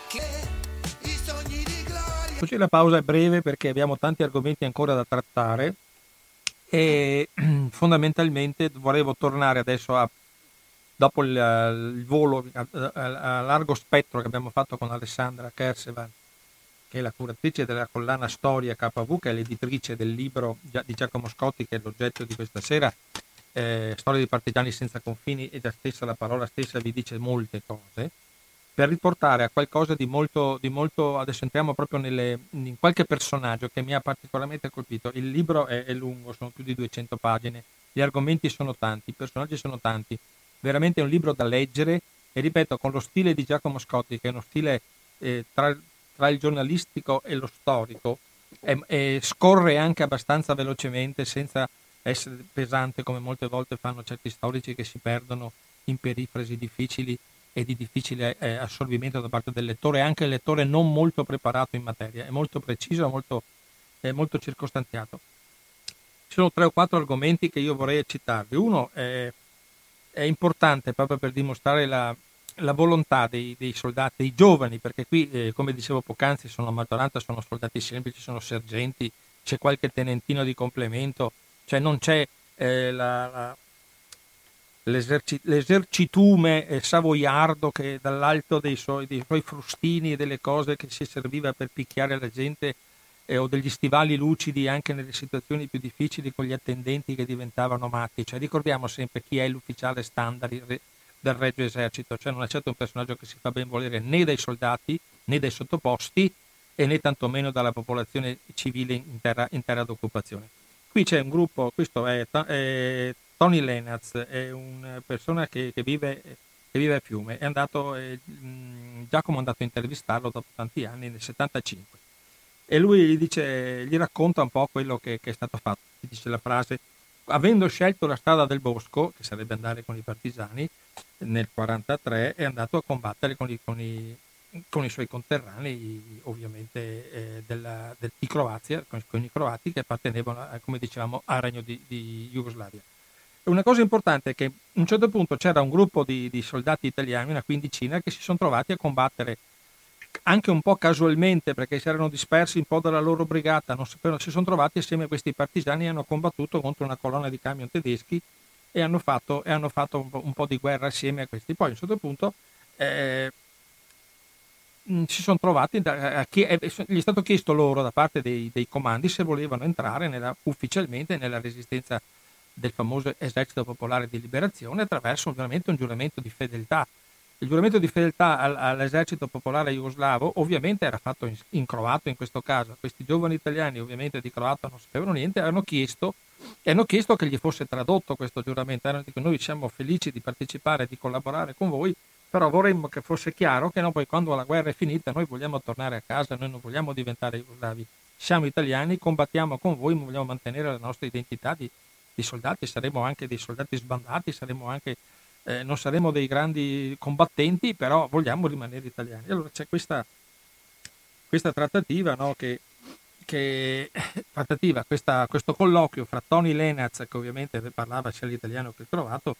Così la pausa è breve perché abbiamo tanti argomenti ancora da trattare, e fondamentalmente volevo tornare adesso dopo il volo a largo spettro che abbiamo fatto con Alessandra Kersevan, che è la curatrice della collana Storia KV, che è l'editrice del libro di Giacomo Scotti, che è l'oggetto di questa sera, Storia di partigiani senza confini, e la parola stessa vi dice molte cose, per riportare a qualcosa di molto, adesso entriamo proprio in qualche personaggio che mi ha particolarmente colpito. Il libro è lungo, sono più di 200 pagine, gli argomenti sono tanti, i personaggi sono tanti, veramente è un libro da leggere, e ripeto, con lo stile di Giacomo Scotti, che è uno stile tra il giornalistico e lo storico, scorre anche abbastanza velocemente, senza essere pesante come molte volte fanno certi storici che si perdono in perifrasi difficili e di difficile assorbimento da parte del lettore, anche il lettore non molto preparato in materia. È molto preciso, è molto circostanziato. Ci sono 3 o 4 argomenti che io vorrei citarvi. Uno è importante proprio per dimostrare la volontà dei soldati, dei giovani, perché qui, come dicevo poc'anzi, sono maggioranza, sono soldati semplici, sono sergenti, c'è qualche tenentino di complemento, cioè non c'è l'esercitume savoiardo che dall'alto dei suoi frustini e delle cose che si serviva per picchiare la gente, o degli stivali lucidi anche nelle situazioni più difficili con gli attendenti che diventavano matti. Cioè, ricordiamo sempre chi è l'ufficiale standard del Regio Esercito, cioè non è certo un personaggio che si fa ben volere né dai soldati né dai sottoposti e né tantomeno dalla popolazione civile intera d'occupazione. Qui c'è un gruppo, questo è Tony Lenaz, è una persona che vive a Fiume, è andato, Giacomo è andato a intervistarlo dopo tanti anni, nel 75, e lui gli racconta un po' quello che è stato fatto. Gli dice la frase: avendo scelto la strada del bosco, che sarebbe andare con i partigiani, nel 43 è andato a combattere con i suoi conterranei, ovviamente di Croazia, con i croati che appartenevano, come dicevamo, al regno di Jugoslavia. Una cosa importante è che a un certo punto c'era un gruppo di soldati italiani, una quindicina, che si sono trovati a combattere anche un po' casualmente, perché si erano dispersi un po' dalla loro brigata, non sapevano, si sono trovati assieme a questi partigiani e hanno combattuto contro una colonna di camion tedeschi e hanno fatto un po' di guerra assieme a questi. Poi a un certo punto si sono trovati, gli è stato chiesto loro da parte dei comandi se volevano entrare ufficialmente nella resistenza del famoso Esercito Popolare di Liberazione attraverso ovviamente un giuramento di fedeltà. Il giuramento di fedeltà all'esercito popolare jugoslavo ovviamente era fatto in croato in questo caso. Questi giovani italiani ovviamente di croato non sapevano niente, hanno chiesto che gli fosse tradotto questo giuramento. Noi siamo felici di partecipare, di collaborare con voi, però vorremmo che fosse chiaro che poi quando la guerra è finita noi vogliamo tornare a casa, noi non vogliamo diventare jugoslavi, siamo italiani, combattiamo con voi, ma vogliamo mantenere la nostra identità di soldati, saremo anche dei soldati sbandati, non saremo dei grandi combattenti, però vogliamo rimanere italiani. Allora c'è questa trattativa, no? Questo colloquio fra Tony Lenaz, che ovviamente parlava sia l'italiano che il croato,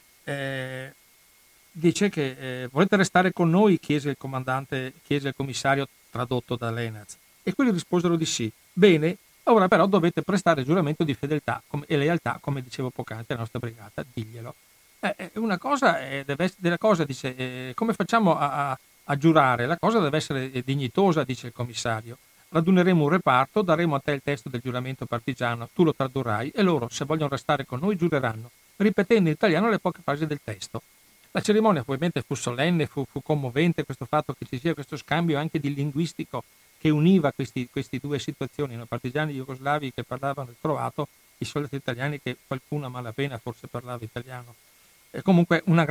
dice che volete restare con noi? Chiese il commissario tradotto da Lenaz, e quelli risposero di sì. Bene, ora però dovete prestare giuramento di fedeltà e lealtà, come dicevo poc'anzi, alla nostra brigata, diglielo. Una cosa della cosa dice, come facciamo a giurare? La cosa deve essere dignitosa, dice il commissario. Raduneremo un reparto, daremo a te il testo del giuramento partigiano, tu lo tradurrai e loro, se vogliono restare con noi, giureranno, ripetendo in italiano le poche frasi del testo. La cerimonia ovviamente fu solenne, fu commovente questo fatto che ci sia questo scambio anche di linguistico che univa questi due situazioni, no? Partigiani jugoslavi che parlavano il croato, i soldati italiani che qualcuno a malapena forse parlava italiano. Comunque una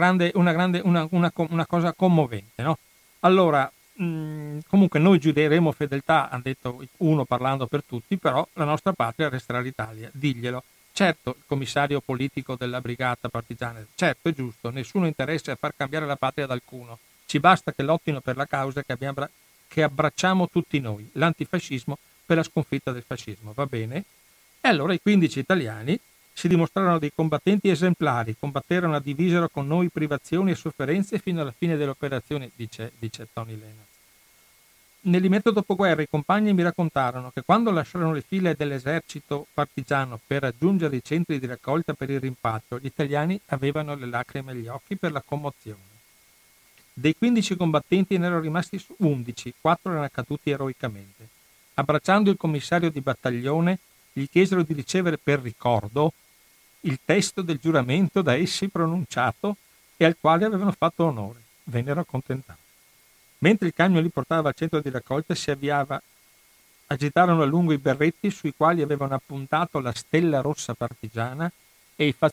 cosa commovente, no? Allora, comunque noi giureremo fedeltà, hanno detto uno parlando per tutti, però la nostra patria resterà l'Italia, diglielo. Certo, il commissario politico della brigata partigiana, certo, è giusto, nessuno interessa a far cambiare la patria ad alcuno, ci basta che lottino per la causa che abbracciamo tutti noi, l'antifascismo per la sconfitta del fascismo, va bene? E allora i 15 italiani si dimostrarono dei combattenti esemplari, combatterono e divisero con noi privazioni e sofferenze fino alla fine dell'operazione, dice Tony Lenaz. Nell'immediato dopoguerra i compagni mi raccontarono che quando lasciarono le file dell'esercito partigiano per raggiungere i centri di raccolta per il rimpatrio, gli italiani avevano le lacrime agli occhi per la commozione. Dei 15 combattenti ne erano rimasti 11, 4 erano caduti eroicamente. Abbracciando il commissario di battaglione, gli chiesero di ricevere per ricordo il testo del giuramento da essi pronunciato e al quale avevano fatto onore. Vennero accontentati. Mentre il camion li portava al centro di raccolta si avviava, agitarono a lungo i berretti sui quali avevano appuntato la stella rossa partigiana e i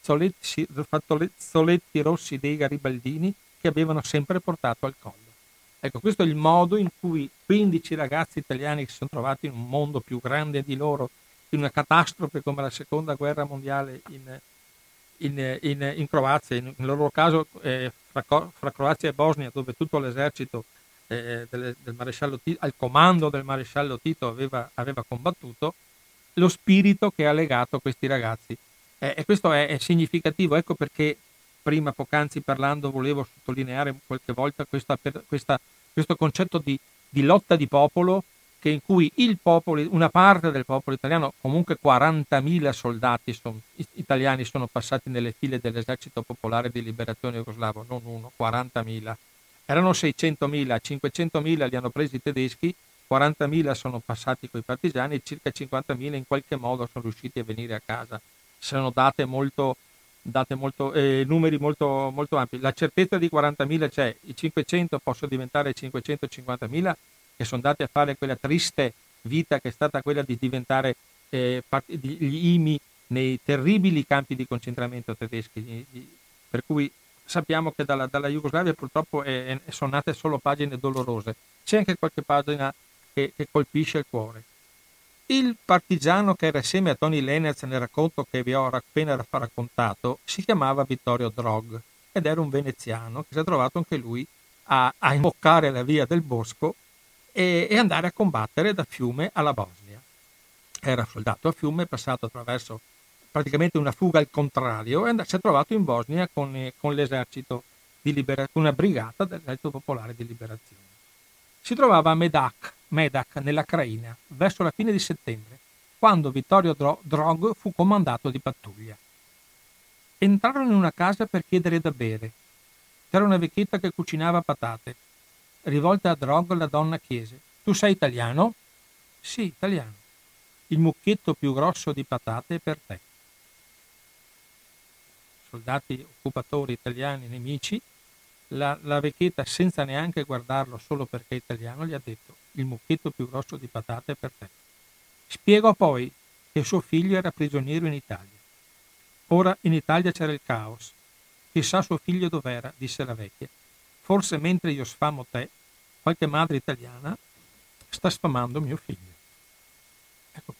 fazzoletti rossi dei garibaldini che avevano sempre portato al collo. Ecco, questo è il modo in cui 15 ragazzi italiani che si sono trovati in un mondo più grande di loro, in una catastrofe come la seconda guerra mondiale in Croazia, in loro caso fra Croazia e Bosnia, dove tutto l'esercito del maresciallo Tito, al comando del maresciallo Tito aveva combattuto, lo spirito che ha legato questi ragazzi. E questo è significativo, ecco perché prima poc'anzi parlando volevo sottolineare qualche volta questo concetto di lotta di popolo, che in cui una parte del popolo italiano, comunque 40.000 soldati italiani sono passati nelle file dell'esercito popolare di liberazione jugoslavo, non 40.000. Erano 600.000, 500.000 li hanno presi i tedeschi, 40.000 sono passati coi partigiani e circa 50.000 in qualche modo sono riusciti a venire a casa. Sono numeri molto, molto ampi. La certezza di 40.000 c'è, i 500 possono diventare 550.000 che sono andati a fare quella triste vita che è stata quella di diventare gli IMI nei terribili campi di concentramento tedeschi, per cui sappiamo che dalla Jugoslavia purtroppo sono nate solo pagine dolorose. C'è anche qualche pagina che colpisce il cuore. Il partigiano che era assieme a Tony Lennerz nel racconto che vi ho appena raccontato si chiamava Vittorio Drog ed era un veneziano che si è trovato anche lui a imboccare la via del Bosco e andare a combattere da Fiume alla Bosnia. Era soldato a Fiume, è passato attraverso praticamente una fuga al contrario e si è trovato in Bosnia con l'esercito di liberazione, una brigata dell'esercito popolare di liberazione. Si trovava a Medak nella Craina verso la fine di settembre, quando Vittorio Drog fu comandato di pattuglia. Entrarono in una casa per chiedere da bere. C'era una vecchietta che cucinava patate. Rivolta a Drog, la donna chiese: «Tu sei italiano?» «Sì, italiano. Il mucchietto più grosso di patate è per te». Soldati occupatori italiani nemici, la vecchietta, senza neanche guardarlo solo perché è italiano, gli ha detto: «Il mucchietto più grosso di patate è per te». Spiegò poi che suo figlio era prigioniero in Italia. Ora in Italia c'era il caos. Chissà suo figlio dov'era, disse la vecchia. Forse mentre io sfamo te, qualche madre italiana sta sfamando mio figlio. Ecco,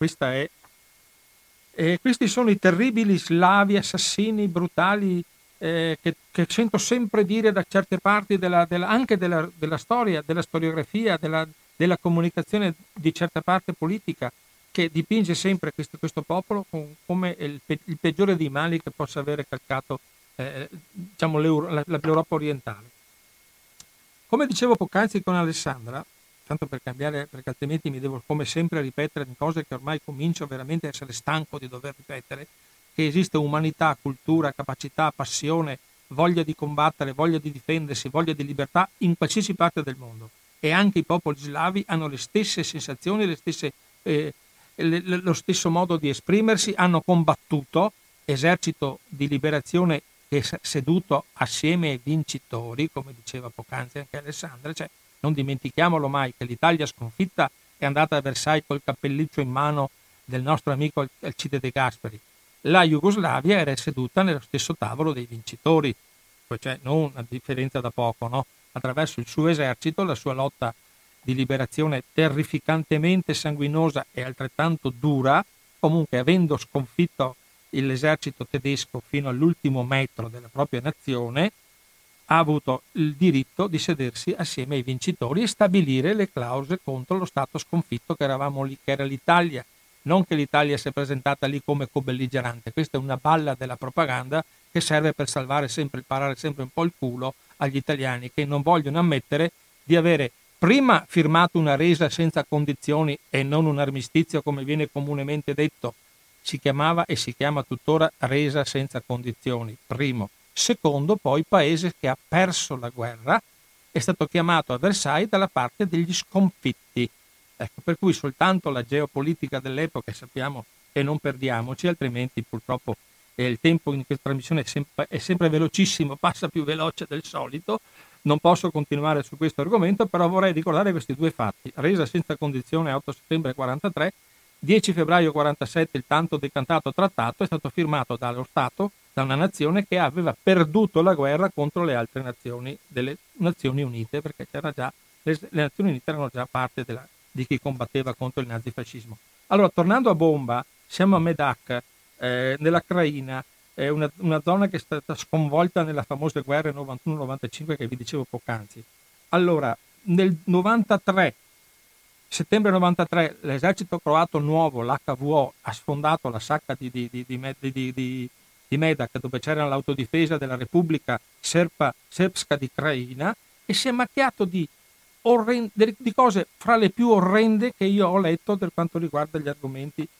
questi sono i terribili slavi assassini, brutali, che sento sempre dire da certe parti anche della storia, della storiografia, della comunicazione di certa parte politica, che dipinge sempre questo popolo come il peggiore dei mali che possa avere calcato l'Europa orientale. Come dicevo poc'anzi con Alessandra, tanto per cambiare, perché altrimenti mi devo come sempre ripetere cose che ormai comincio veramente a essere stanco di dover ripetere, che esiste umanità, cultura, capacità, passione, voglia di combattere, voglia di difendersi, voglia di libertà in qualsiasi parte del mondo. E anche i popoli slavi hanno le stesse sensazioni, lo stesso modo di esprimersi, hanno combattuto, esercito di liberazione che è seduto assieme ai vincitori, come diceva poc'anzi anche Alessandra, cioè non dimentichiamolo mai che l'Italia sconfitta è andata a Versailles col cappelliccio in mano del nostro amico Alcide De Gasperi. La Jugoslavia era seduta nello stesso tavolo dei vincitori, cioè non a differenza da poco, no? Attraverso il suo esercito, la sua lotta di liberazione terrificantemente sanguinosa e altrettanto dura, comunque avendo sconfitto l'esercito tedesco fino all'ultimo metro della propria nazione, ha avuto il diritto di sedersi assieme ai vincitori e stabilire le clausole contro lo Stato sconfitto che eravamo lì, che era l'Italia. Non che l'Italia si è presentata lì come co-belligerante, questa è una balla della propaganda che serve per parare sempre un po' il culo agli italiani che non vogliono ammettere di avere prima firmato una resa senza condizioni e non un armistizio come viene comunemente detto. Si chiamava e si chiama tuttora resa senza condizioni, primo. Secondo, poi, paese che ha perso la guerra è stato chiamato a Versailles dalla parte degli sconfitti. Ecco, per cui soltanto la geopolitica dell'epoca, sappiamo che non perdiamoci, altrimenti purtroppo il tempo in questa trasmissione è sempre velocissimo, passa più veloce del solito. Non posso continuare su questo argomento, però vorrei ricordare questi due fatti. Resa senza condizione 8 settembre 43, 10 febbraio 47 il tanto decantato trattato è stato firmato dallo Stato, da una nazione che aveva perduto la guerra contro le altre nazioni delle Nazioni Unite, perché c'era già, le Nazioni Unite erano già parte di chi combatteva contro il nazifascismo. Allora, tornando a Bomba, siamo a Medak, nella Craina, una zona che è stata sconvolta nella famosa guerra 91-95 che vi dicevo poc'anzi. Allora, nel 93, settembre 93, l'esercito croato nuovo, l'HVO, ha sfondato la sacca di di Medak, dove c'era l'autodifesa della Repubblica Srpska di Krajina, e si è macchiato di cose fra le più orrende che io ho letto per quanto riguarda gli argomenti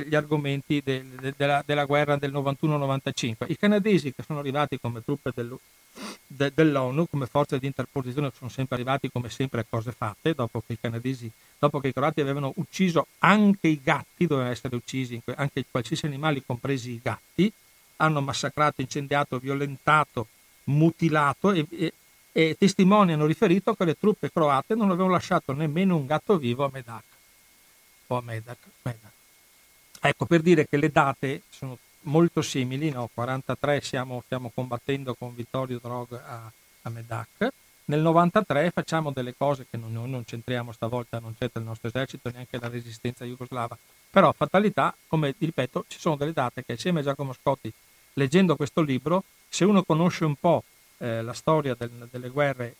della guerra del 91-95. I canadesi, che sono arrivati come truppe dell'ONU, come forze di interposizione, sono sempre arrivati come sempre a cose fatte, dopo che i croati avevano ucciso anche i gatti, dovevano essere uccisi anche qualsiasi animali, compresi i gatti, hanno massacrato, incendiato, violentato, mutilato e testimoni hanno riferito che le truppe croate non avevano lasciato nemmeno un gatto vivo a Medak. Ecco, per dire che le date sono molto simili, no? 43 stiamo combattendo con Vittorio Drog a Medak, nel 93 facciamo delle cose che noi non c'entriamo stavolta, non c'entra il nostro esercito, neanche la resistenza jugoslava, però fatalità, come ripeto, ci sono delle date che assieme a Giacomo Scotti, leggendo questo libro, se uno conosce un po' la storia delle guerre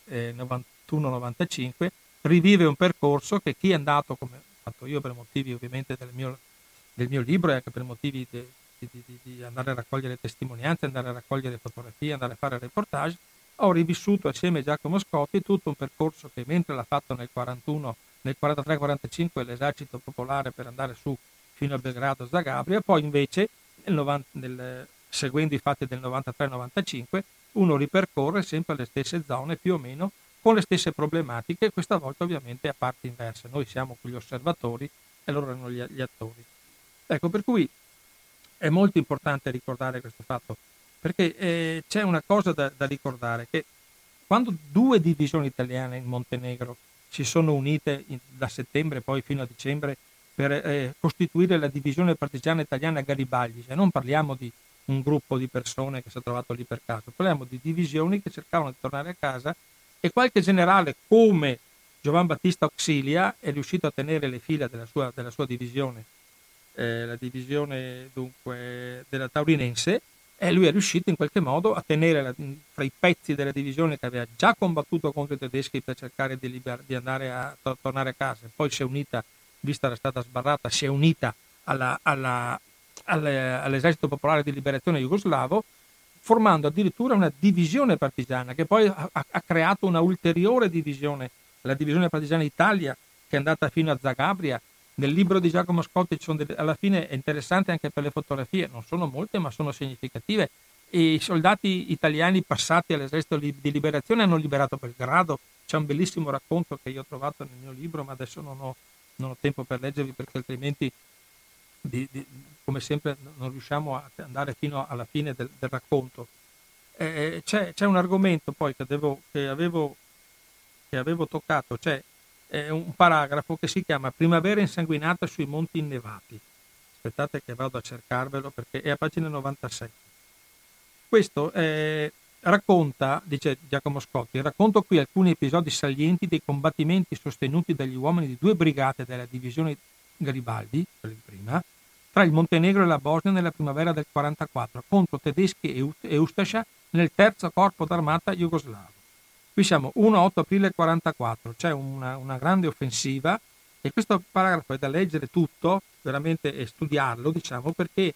91-95, rivive un percorso che chi è andato, come ho fatto io per motivi ovviamente del mio libro e anche per motivi di andare a raccogliere testimonianze, andare a raccogliere fotografie, andare a fare reportage, ho rivissuto assieme a Giacomo Scotti tutto un percorso che mentre l'ha fatto nel 41, nel 43-45 l'esercito popolare per andare su fino a Belgrado Zagabria, poi invece seguendo i fatti del 93-95 uno ripercorre sempre le stesse zone più o meno con le stesse problematiche, questa volta ovviamente a parti inverse. Noi siamo gli osservatori e loro erano gli attori. Ecco, per cui è molto importante ricordare questo fatto, perché c'è una cosa da ricordare, che quando due divisioni italiane in Montenegro si sono unite da settembre poi fino a dicembre per costituire la divisione partigiana italiana Garibaldi, cioè non parliamo di un gruppo di persone che si è trovato lì per caso, parliamo di divisioni che cercavano di tornare a casa, e qualche generale come Giovan Battista Auxilia è riuscito a tenere le fila della sua divisione, la divisione dunque della Taurinense, e lui è riuscito in qualche modo a tenere fra i pezzi della divisione che aveva già combattuto contro i tedeschi per cercare di andare a tornare a casa, e poi si è unita, vista la strada sbarrata, si è unita all'esercito popolare di liberazione jugoslavo, formando addirittura una divisione partigiana che poi ha creato una ulteriore divisione, la divisione partigiana Italia, che è andata fino a Zagabria. Nel libro di Giacomo Scotti alla fine è interessante anche per le fotografie, non sono molte ma sono significative. E i soldati italiani passati all'esercito di liberazione hanno liberato Belgrado. C'è un bellissimo racconto che io ho trovato nel mio libro, ma adesso non ho tempo per leggervi, perché altrimenti come sempre non riusciamo a andare fino alla fine del racconto. C'è un argomento poi che avevo toccato, c'è un paragrafo che si chiama Primavera insanguinata sui monti innevati. Aspettate che vado a cercarvelo, perché è a pagina 96. Questo racconta, dice Giacomo Scotti, racconto qui alcuni episodi salienti dei combattimenti sostenuti dagli uomini di 2 brigate della divisione Garibaldi, quella di prima, tra il Montenegro e la Bosnia nella primavera del 44, contro tedeschi e Ustascia nel terzo corpo d'armata jugoslavo. Qui siamo 1-8 aprile 44, c'è una grande offensiva, e questo paragrafo è da leggere tutto, veramente, e studiarlo, diciamo, perché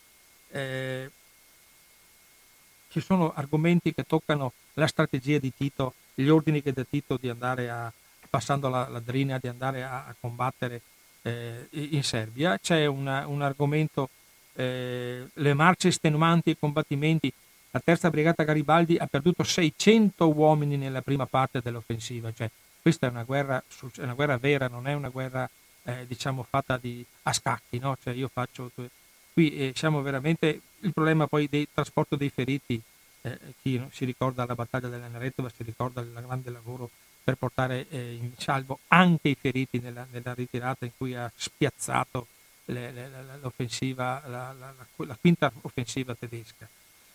ci sono argomenti che toccano la strategia di Tito, gli ordini che dà Tito di andare passando la Drina, di andare a combattere in Serbia. C'è un argomento, le marce estenuanti e i combattimenti. La terza brigata Garibaldi ha perduto 600 uomini nella prima parte dell'offensiva, cioè questa è una guerra vera, non è una guerra diciamo fatta a scacchi, no? Cioè io faccio qui siamo veramente il problema poi del trasporto dei feriti. Chi si ricorda la battaglia dell'Aneretova si ricorda il grande lavoro per portare in salvo anche i feriti nella ritirata in cui ha spiazzato l'offensiva, la quinta offensiva tedesca.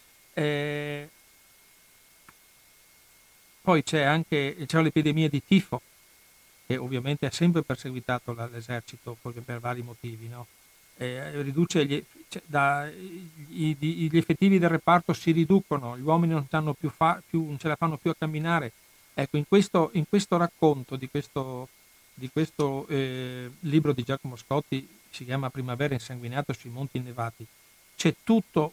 Poi c'è l'epidemia di tifo, che ovviamente ha sempre perseguitato l'esercito per vari motivi, no? Riduce gli effettivi del reparto, si riducono, gli uomini non ce la fanno più a camminare. Ecco, in questo racconto di questo libro di Giacomo Scotti, si chiama Primavera insanguinata sui monti innevati, c'è tutto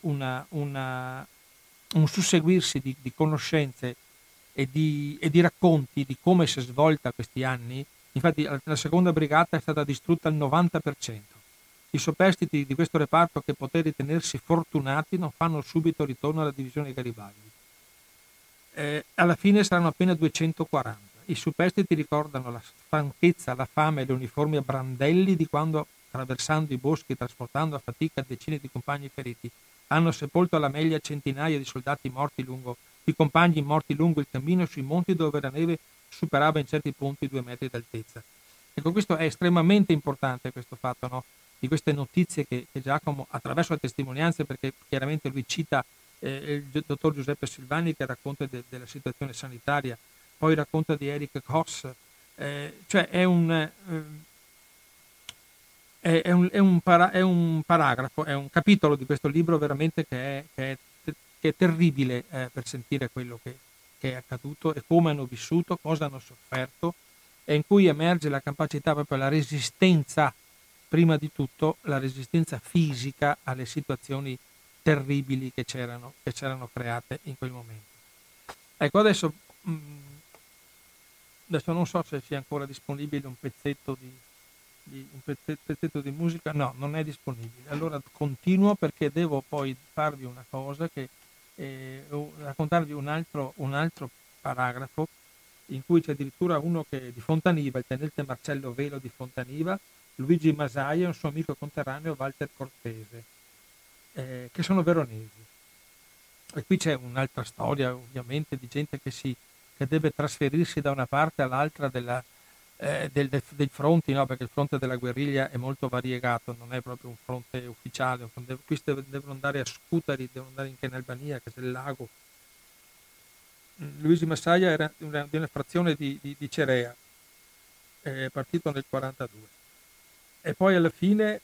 un susseguirsi di conoscenze e di racconti di come si è svolta questi anni. Infatti la seconda brigata è stata distrutta al 90%. I superstiti di questo reparto, che poté ritenersi fortunati, non fanno subito ritorno alla divisione Garibaldi. Alla fine saranno appena 240. I superstiti ricordano la stanchezza, la fame e le uniformi a brandelli di quando, attraversando i boschi e trasportando a fatica decine di compagni feriti, hanno sepolto alla meglia centinaia di soldati morti di compagni morti lungo il cammino sui monti dove la neve superava in certi punti 2 metri d'altezza. Ecco, questo è estremamente importante, questo fatto, no? Di queste notizie che Giacomo, attraverso le testimonianze, perché chiaramente lui cita il dottor Giuseppe Silvani, che racconta della situazione sanitaria, poi racconta di Eric Koss, cioè è un paragrafo, è un capitolo di questo libro veramente che è terribile, per sentire quello che è accaduto e come hanno vissuto, cosa hanno sofferto, e in cui emerge la capacità, proprio la resistenza, prima di tutto la resistenza fisica alle situazioni terribili che c'erano create in quel momento. Ecco, adesso non so se sia ancora disponibile un pezzetto di musica. No, non è disponibile. Allora continuo, perché devo poi farvi una cosa, che raccontarvi un altro paragrafo in cui c'è addirittura uno che di Fontaniva, il tenente Marcello Velo di Fontaniva, Luigi Masaia e un suo amico conterraneo Walter Cortese, che sono veronesi. E qui c'è un'altra storia, ovviamente, di gente che deve trasferirsi da una parte all'altra dei fronti, no? Perché il fronte della guerriglia è molto variegato, non è proprio un fronte ufficiale. Qui devono andare a Scutari, devono andare anche in Albania, che c'è il lago. Luigi Massaia era di una frazione di Cerea, è partito nel 42, e poi alla fine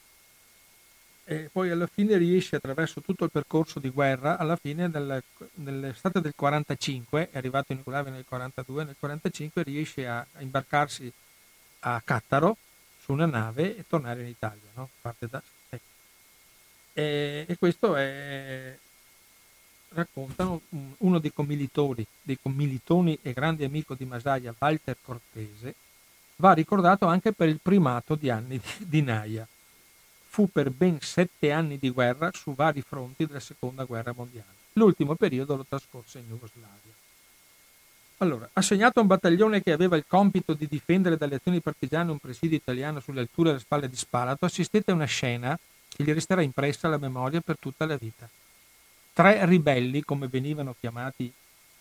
riesce, attraverso tutto il percorso di guerra, alla fine nell'estate del 45, è arrivato in Jugoslavia nel 42, nel 45 riesce a imbarcarsi a Cattaro su una nave e tornare in Italia, no? E questo raccontano uno dei commilitoni e grande amico di Massaia, Walter Cortese, va ricordato anche per il primato di anni di Naia. Fu per ben 7 anni di guerra su vari fronti della seconda guerra mondiale. L'ultimo periodo lo trascorse in Jugoslavia. Allora, assegnato a un battaglione che aveva il compito di difendere dalle azioni partigiane un presidio italiano sulle alture delle spalle di Spalato, assistette a una scena che gli resterà impressa alla memoria per tutta la vita. 3 ribelli, come venivano chiamati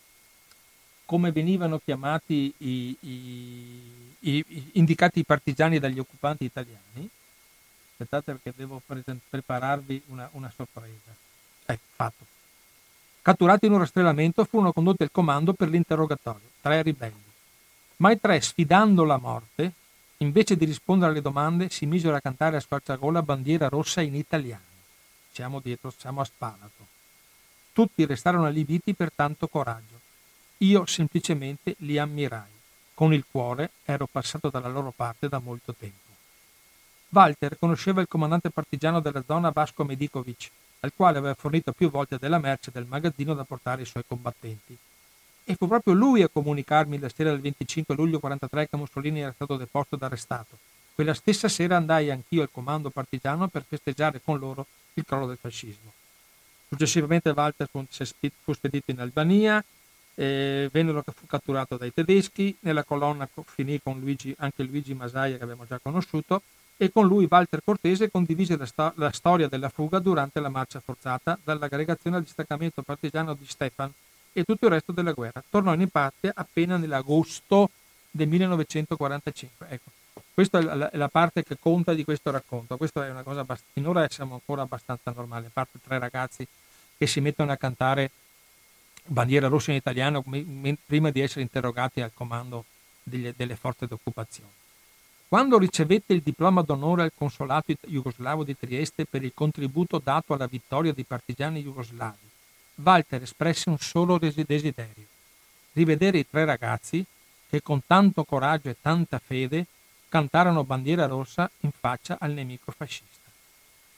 indicati i partigiani dagli occupanti italiani. Aspettate, perché devo prepararvi una sorpresa. Fatto. Catturati in un rastrellamento, furono condotti al comando per l'interrogatorio. 3 ribelli. Ma i 3, sfidando la morte, invece di rispondere alle domande, si misero a cantare a squarciagola Bandiera rossa in italiano. Siamo a Spalato. Tutti restarono allibiti per tanto coraggio. Io semplicemente li ammirai. Con il cuore ero passato dalla loro parte da molto tempo. Walter conosceva il comandante partigiano della zona, Vasco Medikovic, al quale aveva fornito più volte della merce del magazzino da portare ai suoi combattenti. E fu proprio lui a comunicarmi la sera del 25 luglio 43 che Mussolini era stato deposto ed arrestato. Quella stessa sera andai anch'io al comando partigiano per festeggiare con loro il crollo del fascismo. Successivamente Walter fu spedito in Albania, fu catturato dai tedeschi. Nella colonna finì con anche Luigi Masaia, che abbiamo già conosciuto, e con lui Walter Cortese condivise la storia della fuga durante la marcia forzata dall'aggregazione al distaccamento partigiano di Stefan e tutto il resto della guerra. Tornò in patria appena nell'agosto del 1945. Ecco, questa è la parte che conta di questo racconto. Questa è una cosa, finora siamo ancora abbastanza normali, a parte 3 ragazzi che si mettono a cantare Bandiera rossa in italiano prima di essere interrogati al comando delle forze d'occupazione. Quando ricevette il diploma d'onore al consolato jugoslavo di Trieste per il contributo dato alla vittoria dei partigiani jugoslavi, Walter espresse un solo desiderio: rivedere i 3 ragazzi che con tanto coraggio e tanta fede cantarono Bandiera rossa in faccia al nemico fascista.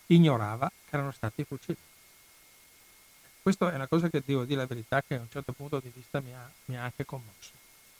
ignorava che erano stati fucilati. Questa è una cosa che devo dire la verità, che a un certo punto di vista mi ha anche commosso.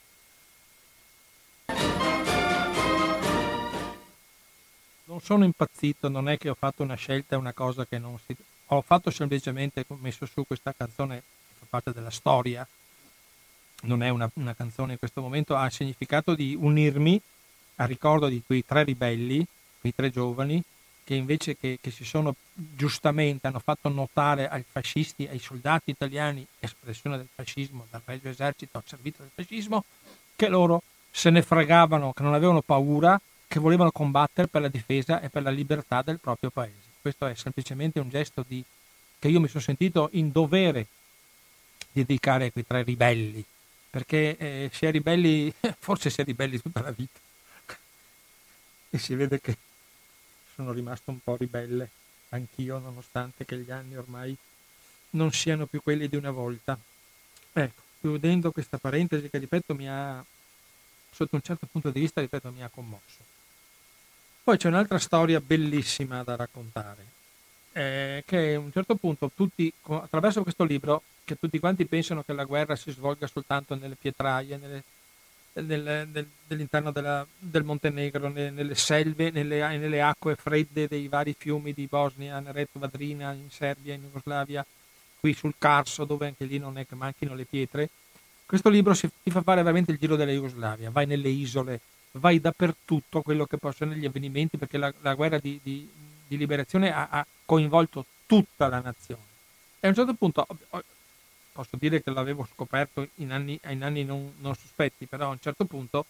Non sono impazzito, non è che ho fatto una scelta, una cosa che non si... Ho fatto semplicemente, ho messo su questa canzone che fa parte della storia, non è una canzone in questo momento, ha il significato di unirmi a ricordo di quei 3 ribelli, quei 3 giovani, che invece che si sono giustamente, hanno fatto notare ai fascisti, ai soldati italiani, espressione del fascismo, dal Regio Esercito al servizio del fascismo, che loro se ne fregavano, che non avevano paura, che volevano combattere per la difesa e per la libertà del proprio paese. Questo è semplicemente un gesto che io mi sono sentito in dovere di dedicare a quei 3 ribelli, perché si è ribelli, forse si è ribelli tutta la vita, e si vede che sono rimasto un po' ribelle anch'io, nonostante che gli anni ormai non siano più quelli di una volta. Ecco, chiudendo questa parentesi che, ripeto, sotto un certo punto di vista, ripeto, mi ha commosso. Poi c'è un'altra storia bellissima da raccontare, che a un certo punto tutti, attraverso questo libro, che tutti quanti pensano che la guerra si svolga soltanto nelle pietraie, dell'interno del Montenegro, nelle selve, nelle acque fredde dei vari fiumi di Bosnia, Neretva-Drina, in Serbia, in Jugoslavia, qui sul Carso, dove anche lì non è che manchino le pietre. Questo libro ti fa fare veramente il giro della Jugoslavia, vai nelle isole, vai dappertutto, quello che possono gli avvenimenti, perché la guerra di liberazione ha coinvolto tutta la nazione. E a un certo punto, posso dire che l'avevo scoperto in anni non sospetti, però a un certo punto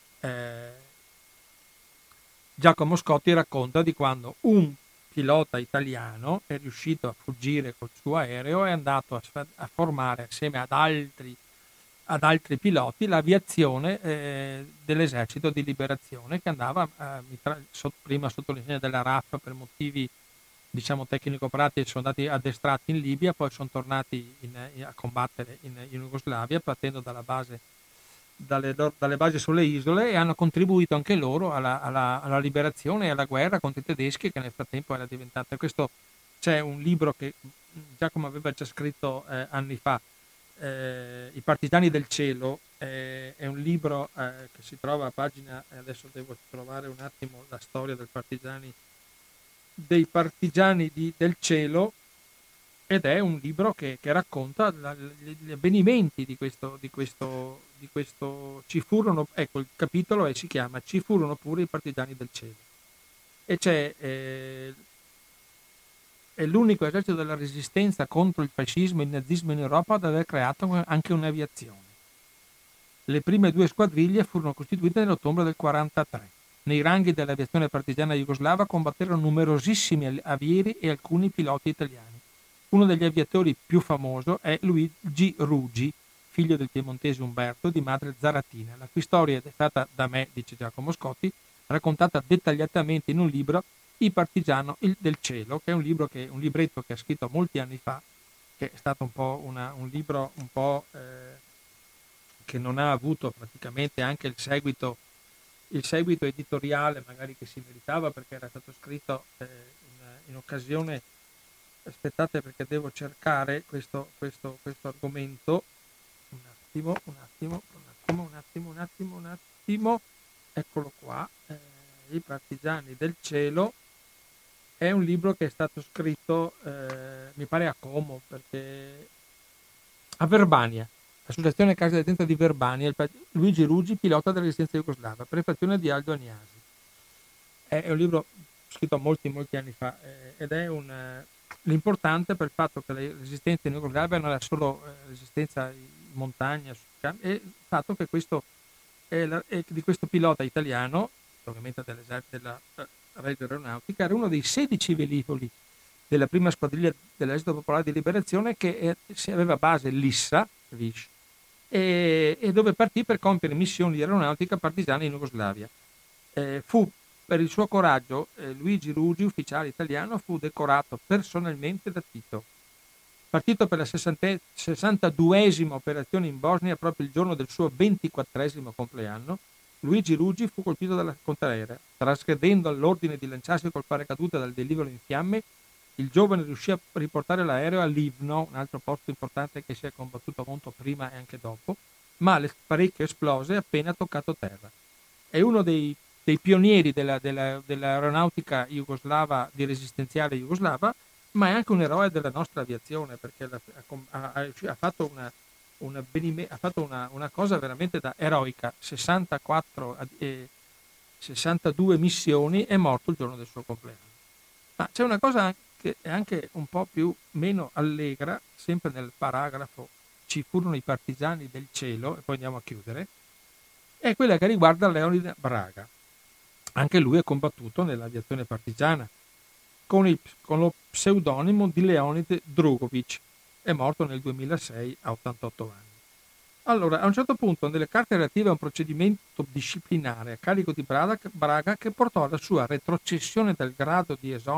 Giacomo Scotti racconta di quando un pilota italiano è riuscito a fuggire col suo aereo e è andato a formare assieme ad altri piloti l'aviazione dell'esercito di liberazione, che andava prima sotto l'insegna della RAF per motivi, diciamo, tecnico-pratici. Sono andati addestrati in Libia, poi sono tornati a combattere in Jugoslavia, partendo dalle basi sulle isole, e hanno contribuito anche loro alla liberazione e alla guerra contro i tedeschi, che nel frattempo era diventata... Questo, c'è un libro che Giacomo aveva già scritto anni fa, I partigiani del cielo, è un libro che si trova a pagina, adesso devo trovare un attimo la storia dei partigiani del cielo, ed è un libro che racconta gli avvenimenti di questo ci furono, ecco, il capitolo si chiama Ci furono pure i partigiani del cielo, e è l'unico esercito della resistenza contro il fascismo e il nazismo in Europa ad aver creato anche un'aviazione. Le prime 2 squadriglie furono costituite nell'ottobre del 1943. Nei ranghi dell'aviazione partigiana jugoslava combatterono numerosissimi avieri e alcuni piloti italiani. Uno degli aviatori più famoso è Luigi Rugi, figlio del piemontese Umberto di madre zaratina, la cui storia è stata da me, dice Giacomo Scotti, raccontata dettagliatamente in un libro, I partigiani del cielo, che è un libretto che ha scritto molti anni fa, che è stato un po' un libro un po' che non ha avuto praticamente anche il seguito editoriale magari che si meritava, perché era stato scritto in occasione... Aspettate, perché devo cercare questo argomento. Un attimo. Eccolo qua. I partigiani del cielo è un libro che è stato scritto, mi pare a Como, perché a Verbania, l'associazione Casa di Detenza di Verbania, Luigi Rugi, pilota della resistenza jugoslava, prefazione di Aldo Agnasi. È un libro scritto molti anni fa, ed è l'importante per il fatto che la resistenza in Jugoslavia non era solo resistenza in montagna, e il fatto che di questo pilota italiano, ovviamente della Regia Aeronautica, era uno dei 16 velivoli della prima squadriglia dell'Esercito Popolare di Liberazione, che aveva base Lissa, e dove partì per compiere missioni di aeronautica partigiana in Jugoslavia. Fu per il suo coraggio, Luigi Rugi, ufficiale italiano, fu decorato personalmente da Tito. Partito per la 62esima operazione in Bosnia proprio il giorno del suo 24esimo compleanno, Luigi Rugi fu colpito dalla contraerea. Trasgredendo all'ordine di lanciarsi col paracadute dal velivolo in fiamme, Il giovane riuscì a riportare l'aereo a Livno, un altro posto importante che si è combattuto molto prima e anche dopo, ma l'apparecchio esplose appena toccato terra. È uno dei pionieri dell'aeronautica jugoslava, di resistenziale jugoslava, ma è anche un eroe della nostra aviazione, perché ha fatto una cosa veramente eroica, 62 missioni, è morto il giorno del suo compleanno. Ma c'è una cosa che è anche un po' meno allegra, sempre nel paragrafo ci furono i partigiani del cielo, e poi andiamo a chiudere, è quella che riguarda Leonid Braga. Anche lui è combattuto nell'aviazione partigiana con lo pseudonimo di Leonid Drugovic. È morto nel 2006 a 88 anni. Allora, a un certo punto nelle carte relative a un procedimento disciplinare a carico di Braga che portò alla sua retrocessione dal grado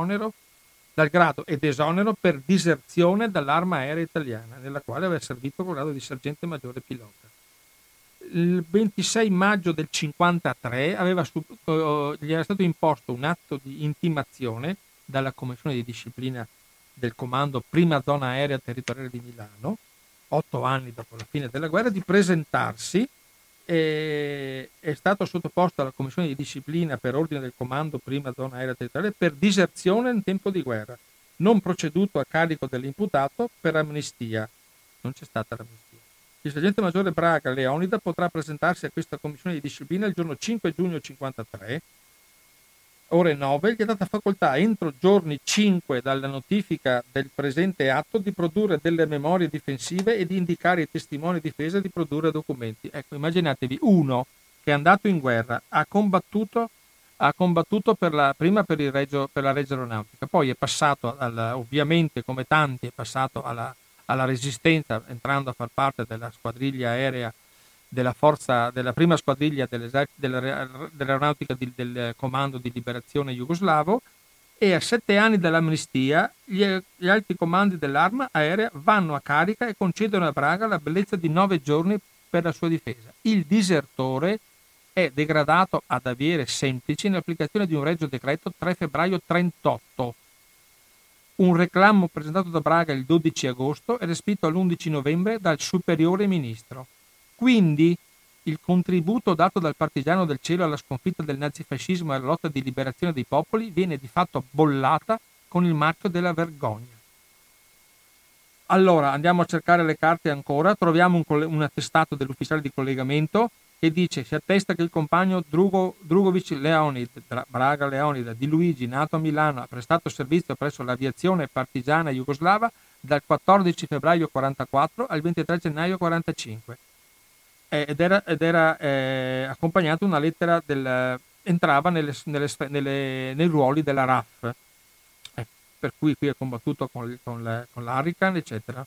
ed esonero per diserzione dall'Arma Aerea Italiana, nella quale aveva servito con grado di sergente maggiore pilota. Il 26 maggio del 1953 gli era stato imposto un atto di intimazione dalla Commissione di disciplina del Comando Prima Zona Aerea Territoriale di Milano, 8 anni dopo la fine della guerra, di presentarsi. È stato sottoposto alla Commissione di disciplina per ordine del Comando Prima Zona Aerea Territoriale per diserzione in tempo di guerra, non proceduto a carico dell'imputato per amnistia. Non c'è stata l'amnistia. Il sergente maggiore Braga Leonida potrà presentarsi a questa commissione di disciplina il giorno 5 giugno 1953, ore 9, gli è data facoltà entro giorni 5 dalla notifica del presente atto di produrre delle memorie difensive e di indicare ai testimoni di difesa di produrre documenti. Ecco, immaginatevi uno che è andato in guerra, ha combattuto prima per la Regia Aeronautica, poi è passato ovviamente come tanti è passato alla Resistenza, entrando a far parte della squadriglia aerea della prima squadriglia dell'aeronautica del Comando di Liberazione Jugoslavo, e a 7 anni dall'amnistia gli alti comandi dell'Arma Aerea vanno a carica e concedono a Braga la bellezza di 9 giorni per la sua difesa. Il disertore è degradato ad aviere semplici in applicazione di un regio decreto 3 febbraio 38. Un reclamo presentato da Braga il 12 agosto è respinto l'11 novembre dal superiore ministro. Quindi il contributo dato dal partigiano del cielo alla sconfitta del nazifascismo e alla lotta di liberazione dei popoli viene di fatto bollata con il marchio della vergogna. Allora andiamo a cercare le carte ancora, troviamo un attestato dell'ufficiale di collegamento che dice: si attesta che il compagno Drugovic Leonid, Braga Leonida, di Luigi, nato a Milano, ha prestato servizio presso l'aviazione partigiana jugoslava dal 14 febbraio 44 al 23 gennaio 45. Ed era accompagnato una lettera entrava nei ruoli della RAF, per cui qui è combattuto con l'Hurricane, eccetera.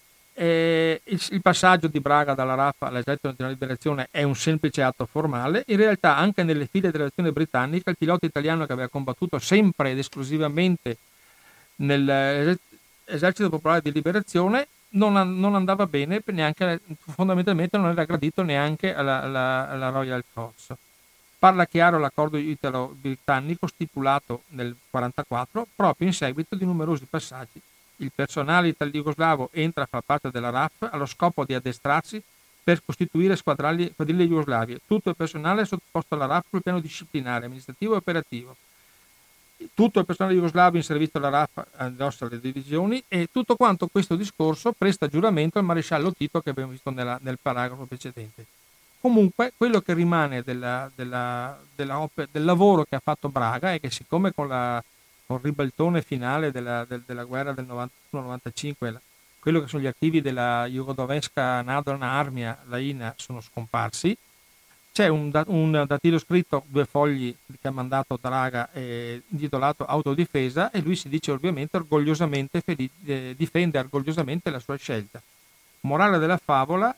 Il passaggio di Braga dalla RAF all'Esercito Nazionale di Liberazione è un semplice atto formale. In realtà anche nelle file dell'aviazione britannica il pilota italiano che aveva combattuto sempre ed esclusivamente nell'Esercito Popolare di Liberazione non andava bene, neanche, fondamentalmente non era gradito neanche alla Royal Force. Parla chiaro l'accordo italo-britannico stipulato nel 1944 proprio in seguito di numerosi passaggi. Il personale jugoslavo entra a far parte della RAF allo scopo di addestrarsi per costituire squadriglie jugoslavie. Tutto il personale è sottoposto alla RAF sul piano disciplinare, amministrativo e operativo. Tutto il personale jugoslavo in servizio alla RAF addossa alle divisioni, e tutto quanto questo discorso presta giuramento al maresciallo Tito che abbiamo visto nel paragrafo precedente. Comunque quello che rimane del lavoro che ha fatto Braga è che, siccome con il ribaltone finale della guerra del 91-95 quello che sono gli archivi della Jugodoveska Narodna Armia, la INA, sono scomparsi, c'è un datillo scritto, 2 fogli che ha mandato Braga, intitolato Autodifesa, e lui si dice ovviamente orgogliosamente difende orgogliosamente la sua scelta. Morale della favola,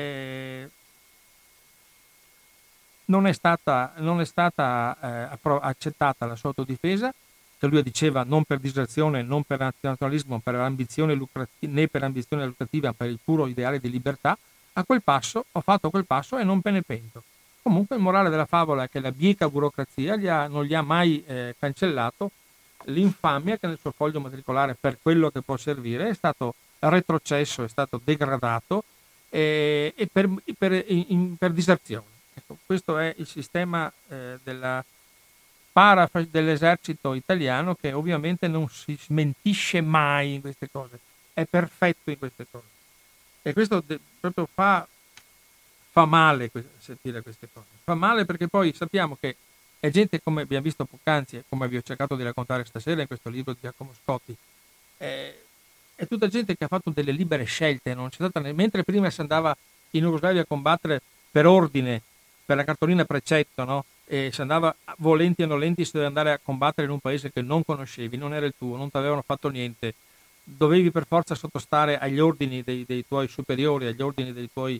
non è stata accettata la sua autodifesa, che lui diceva non per distrazione, non per nazionalismo, per ambizione né per ambizione lucrativa, per il puro ideale di libertà. Ho fatto quel passo e non me ne pento. Comunque il morale della favola è che la bieca burocrazia non gli ha mai cancellato l'infamia che nel suo foglio matricolare, per quello che può servire, è stato retrocesso, è stato degradato e per diserzione. Ecco, questo è il sistema dell'esercito italiano, che ovviamente non si smentisce mai in queste cose, è perfetto in queste cose. E questo proprio fa male sentire queste cose. Fa male perché poi sappiamo che è gente, come abbiamo visto poc'anzi e come vi ho cercato di raccontare stasera in questo libro di Giacomo Scotti, è tutta gente che ha fatto delle libere scelte, non c'è stata mentre prima si andava in Jugoslavia a combattere per ordine, per la cartolina precetto, no? E si andava volenti o nolenti, si doveva andare a combattere in un paese che non conoscevi, non era il tuo, non ti avevano fatto niente, dovevi per forza sottostare agli ordini dei tuoi superiori, agli ordini dei tuoi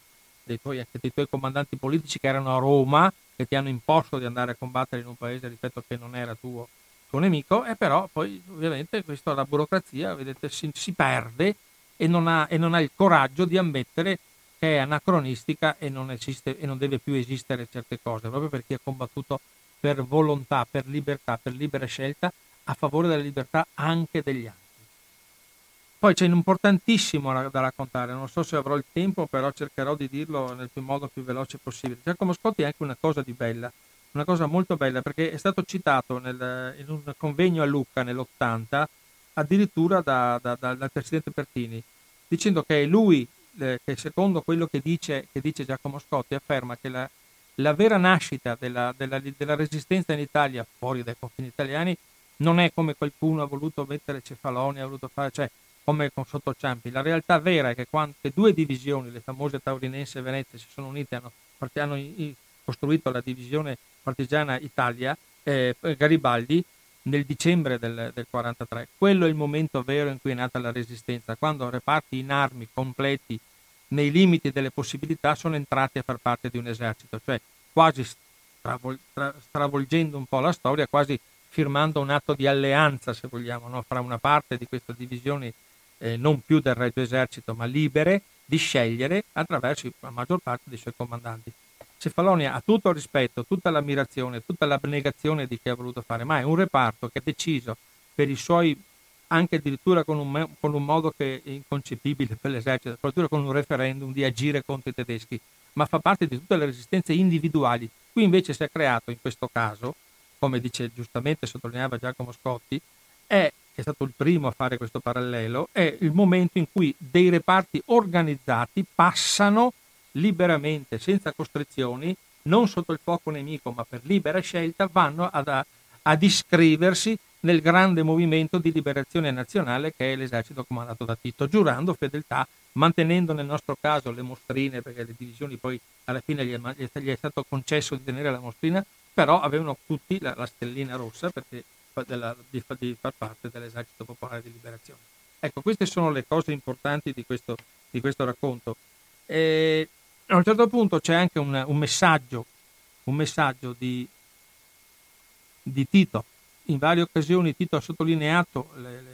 comandanti politici che erano a Roma, che ti hanno imposto di andare a combattere in un paese, ripeto, che non era tuo nemico. E però poi ovviamente questo, la burocrazia, vedete, si perde e non ha il coraggio di ammettere che è anacronistica e non esiste e non deve più esistere certe cose, proprio perché ha combattuto per volontà, per libertà, per libera scelta, a favore della libertà anche degli altri. Poi c'è un importantissimo da raccontare, non so se avrò il tempo, però cercherò di dirlo nel modo più veloce possibile. Giacomo Scotti è anche una cosa di bella, una cosa molto bella, perché è stato citato in un convegno a Lucca nell'80, addirittura dal presidente Pertini, dicendo che è lui, che secondo quello che dice Giacomo Scotti, afferma che la vera nascita della resistenza in Italia, fuori dai confini italiani, non è come qualcuno ha voluto mettere Cefaloni, ha voluto fare, cioè come con Sottociampi. La realtà vera è che quando le due divisioni, le famose Taurinense e Venezia, si sono unite, hanno costruito la divisione partigiana Italia, Garibaldi, nel dicembre del 43. Quello è il momento vero in cui è nata la resistenza, quando reparti in armi completi, nei limiti delle possibilità, sono entrati a far parte di un esercito, cioè quasi stravolgendo un po' la storia, quasi firmando un atto di alleanza, se vogliamo, no? Fra una parte di queste divisioni non più del Regio Esercito, ma libere di scegliere attraverso la maggior parte dei suoi comandanti. Cefalonia ha tutto il rispetto, tutta l'ammirazione, tutta l'abnegazione di chi ha voluto fare, ma è un reparto che ha deciso per i suoi, anche addirittura con un modo che è inconcepibile per l'esercito, addirittura con un referendum, di agire contro i tedeschi, ma fa parte di tutte le resistenze individuali. Qui invece si è creato, in questo caso, come dice giustamente, sottolineava Giacomo Scotti, che è stato il primo a fare questo parallelo, è il momento in cui dei reparti organizzati passano liberamente, senza costrizioni, non sotto il fuoco nemico, ma per libera scelta, vanno ad iscriversi nel grande movimento di liberazione nazionale che è l'esercito comandato da Tito, giurando fedeltà, mantenendo nel nostro caso le mostrine, perché le divisioni poi alla fine gli è stato concesso di tenere la mostrina, però avevano tutti la stellina rossa perché di far parte dell'esercito popolare di liberazione. Ecco, queste sono le cose importanti di questo racconto. E a un certo punto c'è anche un messaggio di Tito. In varie occasioni Tito ha sottolineato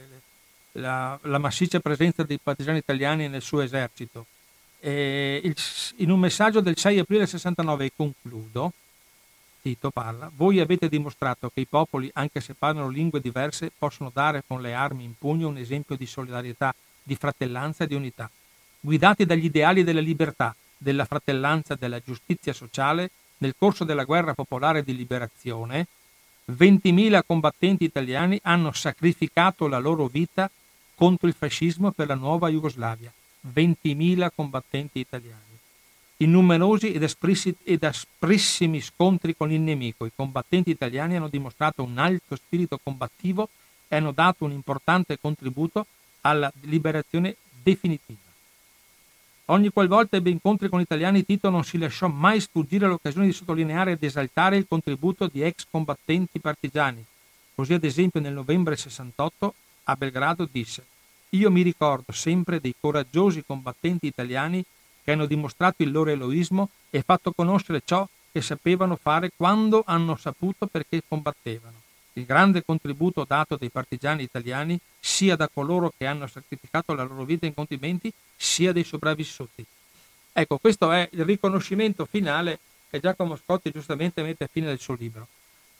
la massiccia presenza dei partigiani italiani nel suo esercito. In un messaggio del 6 aprile 69, e concludo, Tito parla: voi avete dimostrato che i popoli, anche se parlano lingue diverse, possono dare con le armi in pugno un esempio di solidarietà, di fratellanza e di unità. Guidati dagli ideali della libertà, della fratellanza e della giustizia sociale, nel corso della guerra popolare di liberazione, 20.000 combattenti italiani hanno sacrificato la loro vita contro il fascismo per la nuova Jugoslavia. 20.000 combattenti italiani. In numerosi ed asprissimi scontri con il nemico, i combattenti italiani hanno dimostrato un alto spirito combattivo e hanno dato un importante contributo alla liberazione definitiva. Ogni qualvolta ebbe incontri con italiani, Tito non si lasciò mai sfuggire l'occasione di sottolineare ed esaltare il contributo di ex combattenti partigiani. Così, ad esempio, nel novembre 68 a Belgrado disse: «Io mi ricordo sempre dei coraggiosi combattenti italiani che hanno dimostrato il loro eroismo e fatto conoscere ciò che sapevano fare quando hanno saputo perché combattevano. Il grande contributo dato dai partigiani italiani, sia da coloro che hanno sacrificato la loro vita in combattimenti, sia dei sopravvissuti». Ecco, questo è il riconoscimento finale che Giacomo Scotti giustamente mette a fine del suo libro.